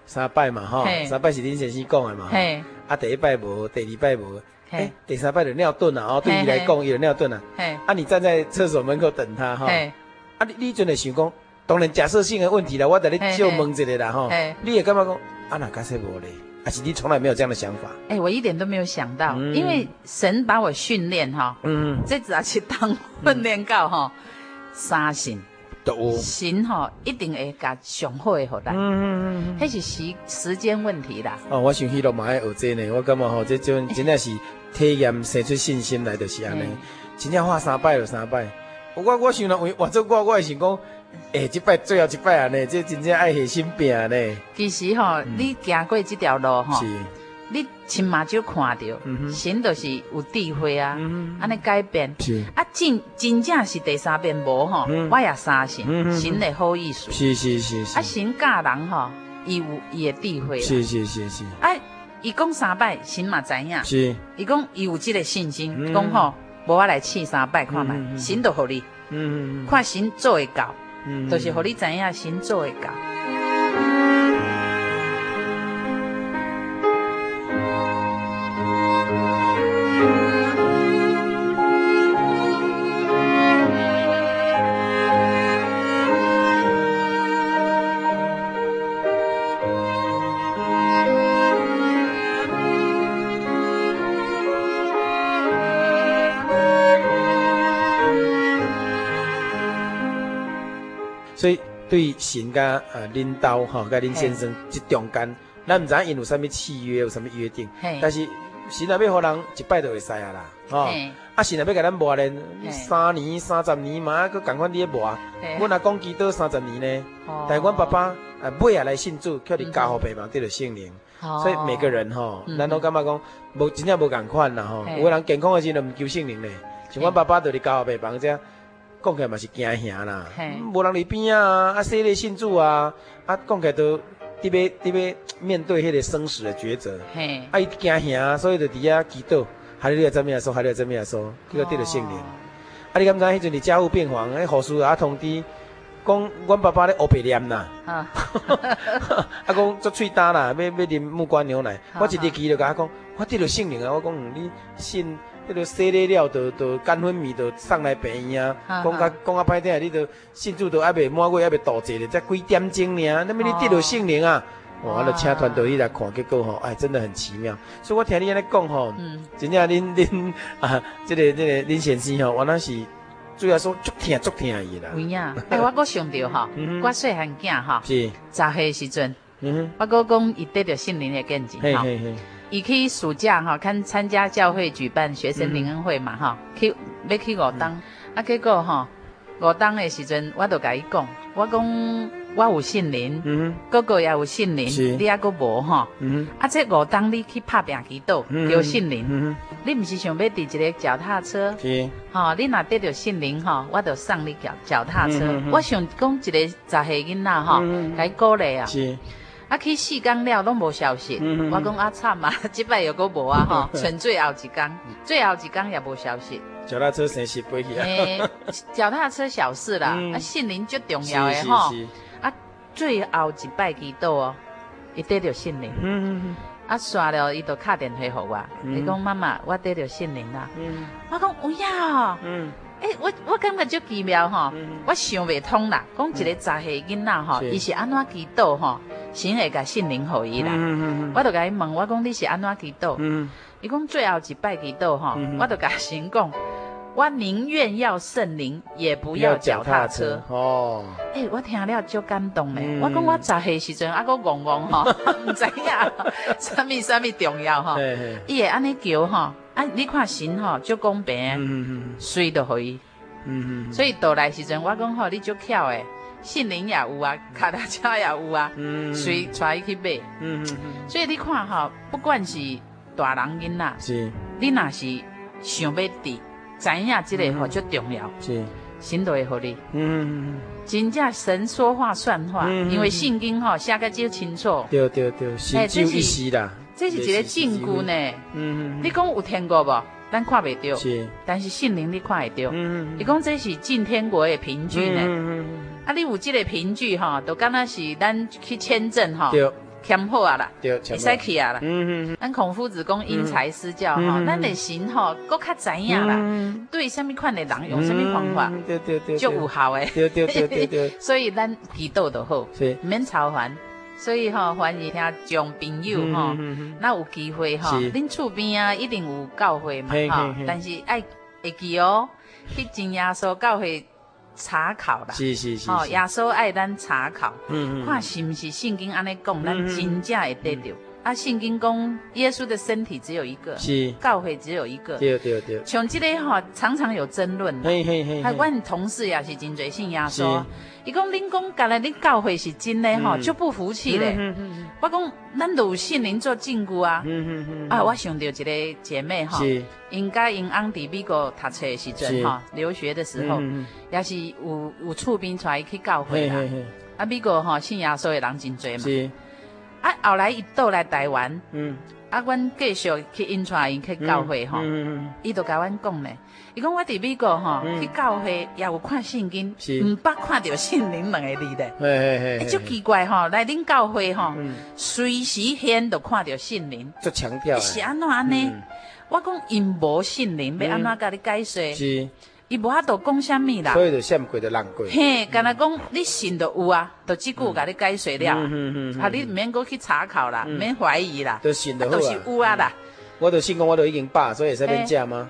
三摆嘛吼，三摆是恁先生讲的嘛，嘿，啊第一摆无，第二摆无，哎，第三摆就尿遁啊，哦，对伊来讲，伊就尿遁啊，嘿，啊你站在厕所门口等他哈，啊你你阵会想讲，当然假设性的问题啦，我得你就问一个啦吼，你也干嘛讲，啊那假设无咧，还是你从来没有这样的想法？ 哎，我一点都没有想到，因为神把我训练哈，嗯，这只要去当训练到哈，三神。神吼一定会甲上好的互咱，嗯嗯嗯，迄是时时间问题啦。 哦，我想起落嘛爱学这呢，我感觉吼，这种真正是体验生出信心来，就是安尼。真正画三摆就三摆。我我想了，换做我，我会想讲，诶，这摆最后一摆安尼，这真正爱下心拼呢。 其实吼，你行过这条路吼。你亲目睭看到，神就是有智慧啊，安尼改变。啊，真真正是第三遍无吼，我也相信神的好意思。 是是是是。 啊，神教人吼，伊有伊的智慧。 是是是是。 啊，伊讲三摆，神嘛知影。 是。 伊讲伊有这个信心，讲吼，无我来试三摆看卖，神就互你。嗯嗯。看神做会到，就是互你知影神做会到。 所以对神甲呃领导哈，甲恁先生这中间，咱唔知影因有啥物契约，有啥物约定，但是神若要互人一摆就会使啊啦，吼，啊神若要甲咱磨练三年、三十年嘛，佮共款你咧磨，阮阿讲祈祷三十年呢，但阮爸爸呃尾也来信主，叫你教互爸爸得到圣灵，所以每个人吼，咱都感觉讲无真正无共款啦吼，有个人健康的时候就唔求圣灵咧，像阮爸爸就咧教互爸爸这。讲起来嘛是惊吓啦，无人伫边啊，啊洗礼信主啊，啊讲起来都伫要伫要面对迄个生死的抉择，啊伊惊吓，所以就伫遐祈祷，哈利路亚赞美耶稣，哈利路亚赞美耶稣，结果得了圣灵。啊你敢知迄阵伫家务病房，迄护士啊通知，讲阮爸爸咧黑白念啦，啊讲做喙焦啦，要要啉木瓜牛奶，我一入去就甲他讲，我得了圣灵啊，我讲你信。迄个洗礼了，就就干昏迷，就送来病院啊。讲甲讲啊歹听，你就信主都还未满月，还未度节咧，才几点钟呢？那么你得到圣灵啊？哇！就请团队来看，结果吼，哎，真的很奇妙。所以我听你安尼讲吼，真正恁恁啊，这个这个恁先生吼，原来是主要说足听足听伊啦。 有影，哎，我阁想到吼，我细汉囝吼， 是十岁时阵，我阁讲伊得到圣灵的见证吼。伊去暑假哈，看参加教会举办学生灵恩会嘛哈，去要去五东，啊结果哈五东的时阵，我就甲伊讲，我讲我有圣灵，哥哥也有圣灵，你还阁无哈，啊这五东你去拍拼祈祷有圣灵，你毋是想要伫一个脚踏车，哈，你若得到圣灵哈，我就送你脚脚踏车，我想讲一个十岁囡仔哈，甲伊鼓励啊。啊，去四天了拢无消息，嗯、我讲啊惨啊，即摆又阁无啊吼，剩最后一天，最后一天也无消息。 脚踏车生死飞去啊！ 诶，脚踏车小事啦，嗯、啊，圣灵最重要的吼。啊，最后一摆祈祷哦，伊得到圣灵。嗯嗯啊，刷了伊就打电话给我，伊讲妈妈，我得到圣灵啦。嗯、我讲有呀。嗯。诶、欸，我我感觉足奇妙吼，嗯、我想袂通啦。讲一个十岁囡仔吼，伊是安怎祈祷吼？神会甲圣灵互伊啦。嗯嗯嗯、我就甲伊问，我讲你是安怎祈祷？伊讲、嗯、最後一擺祈禱吼，嗯、我就甲神講，我寧願要聖靈，也不要腳踏車。哦，誒、欸，我聽了足感動咧。嗯、我講我十歲時陣還佫戇戇吼，唔知影啥物啥物重要吼。伊會安尼叫吼，啊，你看神吼足公平，隨就互伊。嗯嗯，所以倒來時陣，我講吼，你足巧誒。聖靈也有啊，腳踏車也有啊，隨帶伊去買。嗯嗯嗯。所以你看吼，不管是大人囡仔，是，你若是想要佇，知影即個吼足重要，是，神就會互你。嗯嗯。真正神說話算話，因為聖經吼寫甲足清楚。對對對，神就一時啦。這是一個證據呢。嗯嗯。你講有天國無？咱看袂到，是，但是聖靈你看會到。嗯嗯。伊講這是進天國的憑據呢。嗯嗯。啊，你有這個憑據吼，就敢若是咱去簽證吼， 欠好啊啦， 对， 会使去啊啦。 嗯嗯咱孔夫子讲因材施教吼，咱的神吼搁较知影啦，对什么款的人用什么方法， 对对对， 就有效的。 对对对对对， 所以咱祈祷就好， 是免操烦。所以吼，欢迎听众朋友吼，那有机会吼，恁厝边啊一定有教会嘛吼，但是爱会记哦，去真耶稣教会查考啦， 是是是， 吼，耶稣爱咱查考， 嗯嗯， 看是毋是圣经安尼讲，咱真正会得到。啊，圣经讲耶稣的身体只有一个， 是教会只有一个， 对对对， 像这个吼常常有争论， 嘿嘿嘿， 还阮同事也是真侪信耶稣，伊讲恁讲干来恁教会是真的吼，就不服气咧。我讲咱都有圣灵做证据啊，啊，我想到一个姐妹吼，应该因翁伫美国读册的时阵吼，留学的时候，也是有有厝边带伊去教会啦，啊，美国吼信耶稣的人真多嘛。啊，后来伊倒来台湾，嗯，啊，阮继续去引带因去教会吼，嗯，伊就甲阮讲咧，伊讲我伫美国吼去教会也有看圣经，毋捌看到圣灵两个字咧，嘿嘿嘿，哎，足奇怪吼，来恁教会吼，随时现都看到圣灵， 足强调， 是安怎安尼？我讲因无圣灵，要安怎甲你解说？是。伊无法度讲啥物啦， 所以就闪过就浪过。 嘿，干那讲你信就有啊，就即句甲你解说了，啊，你毋免搁去查考啦，毋免怀疑啦， 就信就好啊， 都是有啊啦。 我就信讲我都已经饱，所以会使免食吗？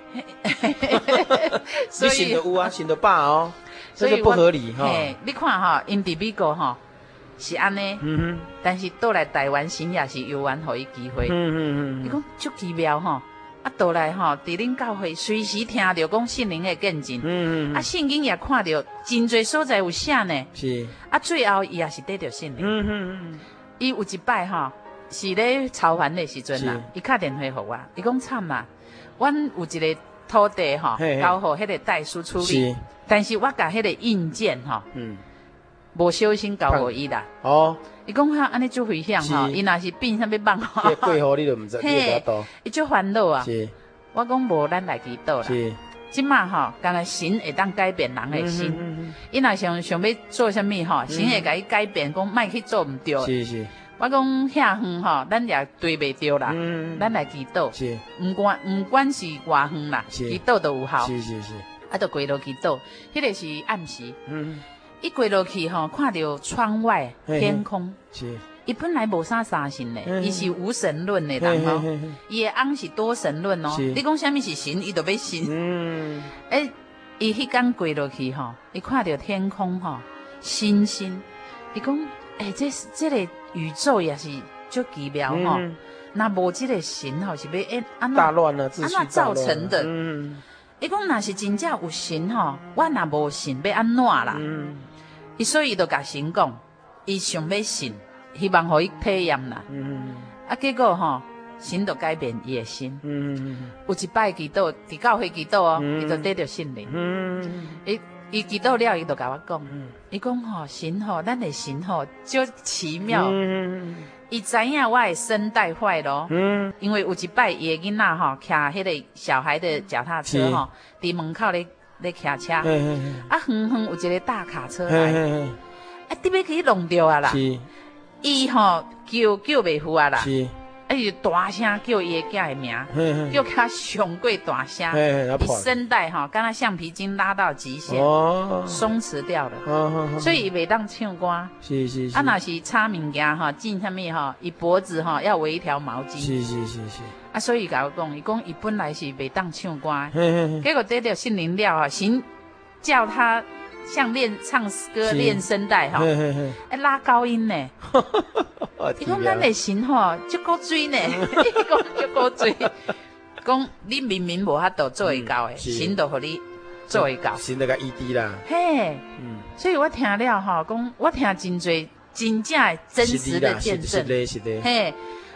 你信就有啊，信就饱哦，这就不合理哈。 你看哈，因伫美国哈是安尼，但是倒来台湾神也是有缘互伊机会。你讲足奇妙吼。啊，倒来吼，伫恁教会随时听到讲圣灵的见证，嗯嗯，啊，圣经也看到真侪所在有写呢，是，啊，最后伊也是得到圣灵，嗯嗯嗯，伊有一摆吼，是咧操烦的时阵啦，伊打电话给我，伊讲惨啦，阮有一个土地吼，交互迄个代书处理，但是我甲迄个印件吼，嗯，无小心交互伊啦，哦。伊讲哈，安尼就危险吼，伊若是变啥物放吼， 过户你就唔知，你会得到， 伊就烦恼啊。是，我讲无，咱来祈祷啦。是，即马吼，干那神会当改变人的心。伊若想想要做啥物吼，神会甲伊改变，讲莫去做唔对。是是，我讲遐远吼，咱也对袂着啦。咱来祈祷。是，唔管唔管是偌远啦，祈祷都有效。是是是，啊，就跪落祈祷，迄个是暗时。嗯。一跪落去吼，看到窗外天空，是，伊本来无啥相信嘞，伊是无神论的人吼，伊的翁是多神论哦。你讲啥物是神，伊就要信。嗯，诶，伊迄天跪落去吼，伊看到天空吼，星星，伊讲，诶，这这个宇宙也是足奇妙吼。那无这个神吼是要诶安怎大乱啊， 安怎造成的？嗯，伊讲若是真正有神吼，我若无信要安怎啦？嗯。伊所以伊就甲神讲，伊想要信，希望互伊体验啦。嗯，啊，结果吼，神就改变伊的心。嗯，有一摆祈祷，伫教会祈祷哦，伊就得到圣灵。嗯，伊伊祈祷了，伊就甲我讲，伊讲吼，神吼，咱的神吼，就奇妙。嗯，伊知影我的声带坏咯。嗯，因为有一摆伊的囡仔吼，骑迄个小孩的脚踏车吼，伫门口咧。咧骑车，啊，远远有一个大卡车来，啊，特别去弄掉啊啦，伊吼叫叫袂赴啊啦，啊，伊就大声叫伊个囝的名，叫他上过大声，伊声带吼，敢若橡皮筋拉到极限，松弛掉了，所以伊袂当唱歌，是是是，啊，若是插物件吼，进啥物吼，伊脖子吼要围一条毛巾，是是是是。啊，所以甲我讲，伊讲伊本来是袂当唱歌，结果得到圣灵了啊，神叫他像练唱歌练声带哈，哎拉高音呢。伊讲咱的神吼，足够水呢，伊讲足够水，讲你明明无法度做会到的，神就互你做会到。 神就甲异地啦。 嘿，嗯，所以我听了吼，讲我听真侪真正的真实的见证，嘿。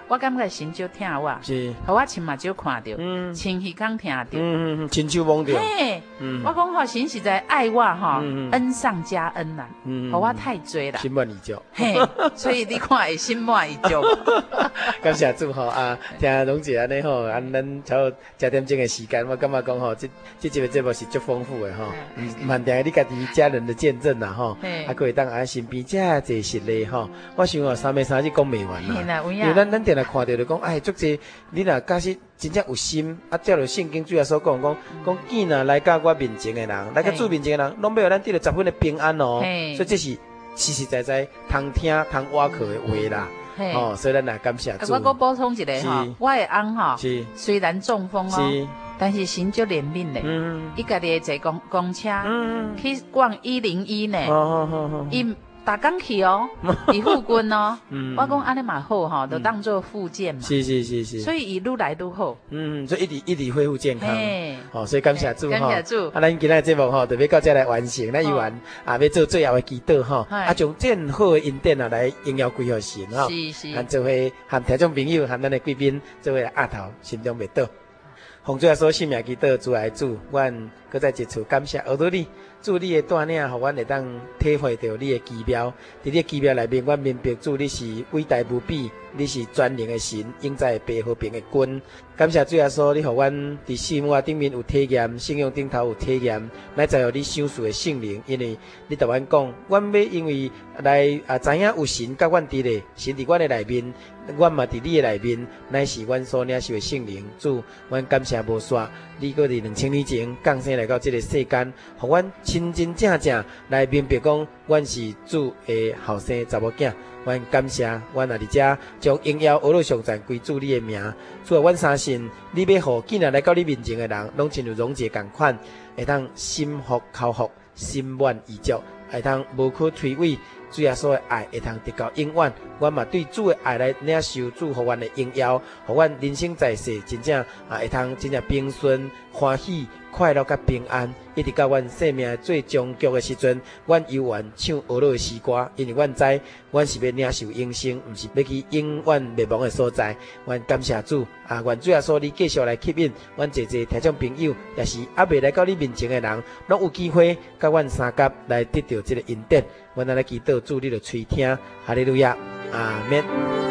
我感觉神少听我， 是， 互我亲目睭看到， 嗯， 亲耳讲听到， 嗯嗯，亲手摸到， 嘿， 嗯， 我讲吼神实在爱我吼， 嗯恩上加恩啦， 嗯， 互我太多啦， 心满意足， 嘿，所以你看会心满意足。 感谢主吼啊，听龙姐安尼吼，安咱超食点钟的时间，我感觉讲吼，这这集的节目是足丰富的吼，嗯，蛮定你家己家人的见证啦吼，啊，可以当啊身边这这实例吼，我想哦三暝三日讲袂完啦，因为咱咱定来看到就讲，哎，足济你若假使真正有心，啊，照着圣经主要所讲讲，讲见若来到我面前的人，来到主面前的人，拢要有咱得到十分的平安哦，所以这是实实在在通听通挖课的话啦。哦，所以咱来感谢主。 我搁补充一个哈，我的翁哈，虽然中风哦，但是神足怜悯的，嗯，伊家己会坐公公车，嗯，去逛一零一呢，哦哦哦，伊逐工去哦，伊复健哦，嗯，我讲安尼嘛好哈，就当做复健嘛， 是是是是， 所以伊愈来愈好， 嗯，所以一直一直恢复健康，哦，所以感谢主哈， 感谢主， 啊，咱今日节目哈，特别到这来完成，咱伊完啊要做最后的祈祷哈，啊，将这好的恩典啊来荣耀归给神哈， 是是， 和做伙和听众朋友和咱的贵宾做伙压头心中未倒，奉主耶稣圣名祈祷，主爱主，阮搁再一次感谢奥多利。主你的带领，互阮会当体会到你的奇妙。伫你的奇妙内面，阮明白主你是伟大无比，你是全能的神，永在白和平的君。感谢主耶稣，你互阮伫生活顶面有体验，信仰顶头有体验，乃在乎你享受的圣灵，因为你甲阮讲，阮要因为来啊知影有神甲阮伫咧，神伫阮的内面，阮嘛伫你的内面，乃是阮所领受的圣灵。主，阮感谢无煞，你搁伫两千年前降生来到这个世间，互阮真真正正来明白讲，阮是主的后生查某囝。阮感谢，阮也伫遮将荣耀、恶乐、颂赞归主你的名。主啊，阮相信你要互今日来到你面前的人，拢亲如荣姐共款，会当心服口服，心满意足，会当无可推诿。主耶稣的爱会通得到永远，阮嘛对主的爱来领受主互阮的荣耀，互阮人生在世真正啊会通真正平顺、欢喜、快乐甲平安，一直到阮生命最终局的时阵，阮犹原唱俄罗斯歌，因为阮知阮是要领受永生，毋是要去永远灭亡的所在。阮感谢主啊！愿主耶稣你继续来吸引阮侪侪听众朋友，也是还未来到你面前的人，拢有机会甲阮三甲来得到这个恩典。阮来祈祷主你就垂听，哈利路亚，阿们。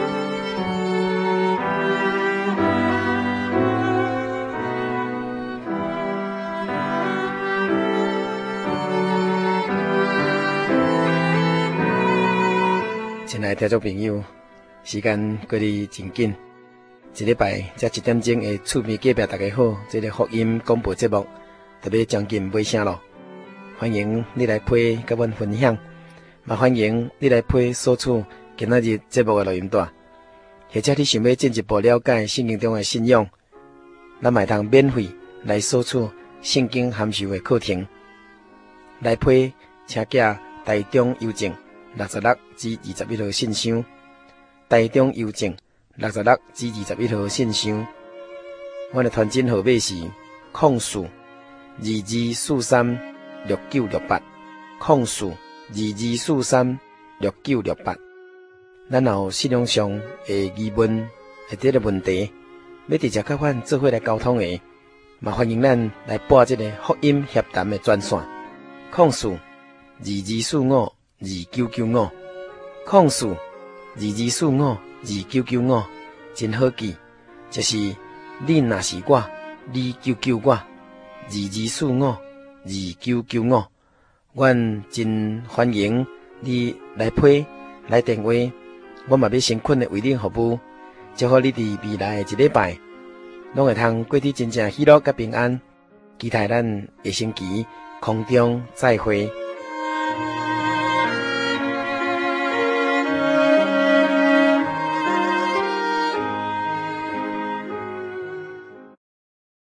亲爱的听众朋友，时间过得真紧，一礼拜才一点钟的厝边隔壁大家好，这个福音广播节目特别将近尾声咯。欢迎你来陪甲阮分享，嘛欢迎你来陪索取今仔日节目的录音带，或者你想要进一步了解圣经中的信仰，咱嘛通免费来索取圣经函授的课程。来陪请寄台中邮政六十六至二十一号信箱，台中邮政六十六至二十一号信箱。我的传真号码是空四二二四三六九六八，空四二二四三六九六八。咱有信仰上的疑问或者个问题，要直接甲阮做伙来沟通的，嘛欢迎咱来拨这个福音协谈的专线，空四二二四五二九九五，空四二二四五二九九五，真好记，就是你若是我，你救救我，二二四五二九九五，阮真欢迎你来批来电话，我嘛要诚恳的为你服务，祝福你伫未来的一礼拜，拢会通过得真正喜乐甲平安，期待咱下星期空中再会。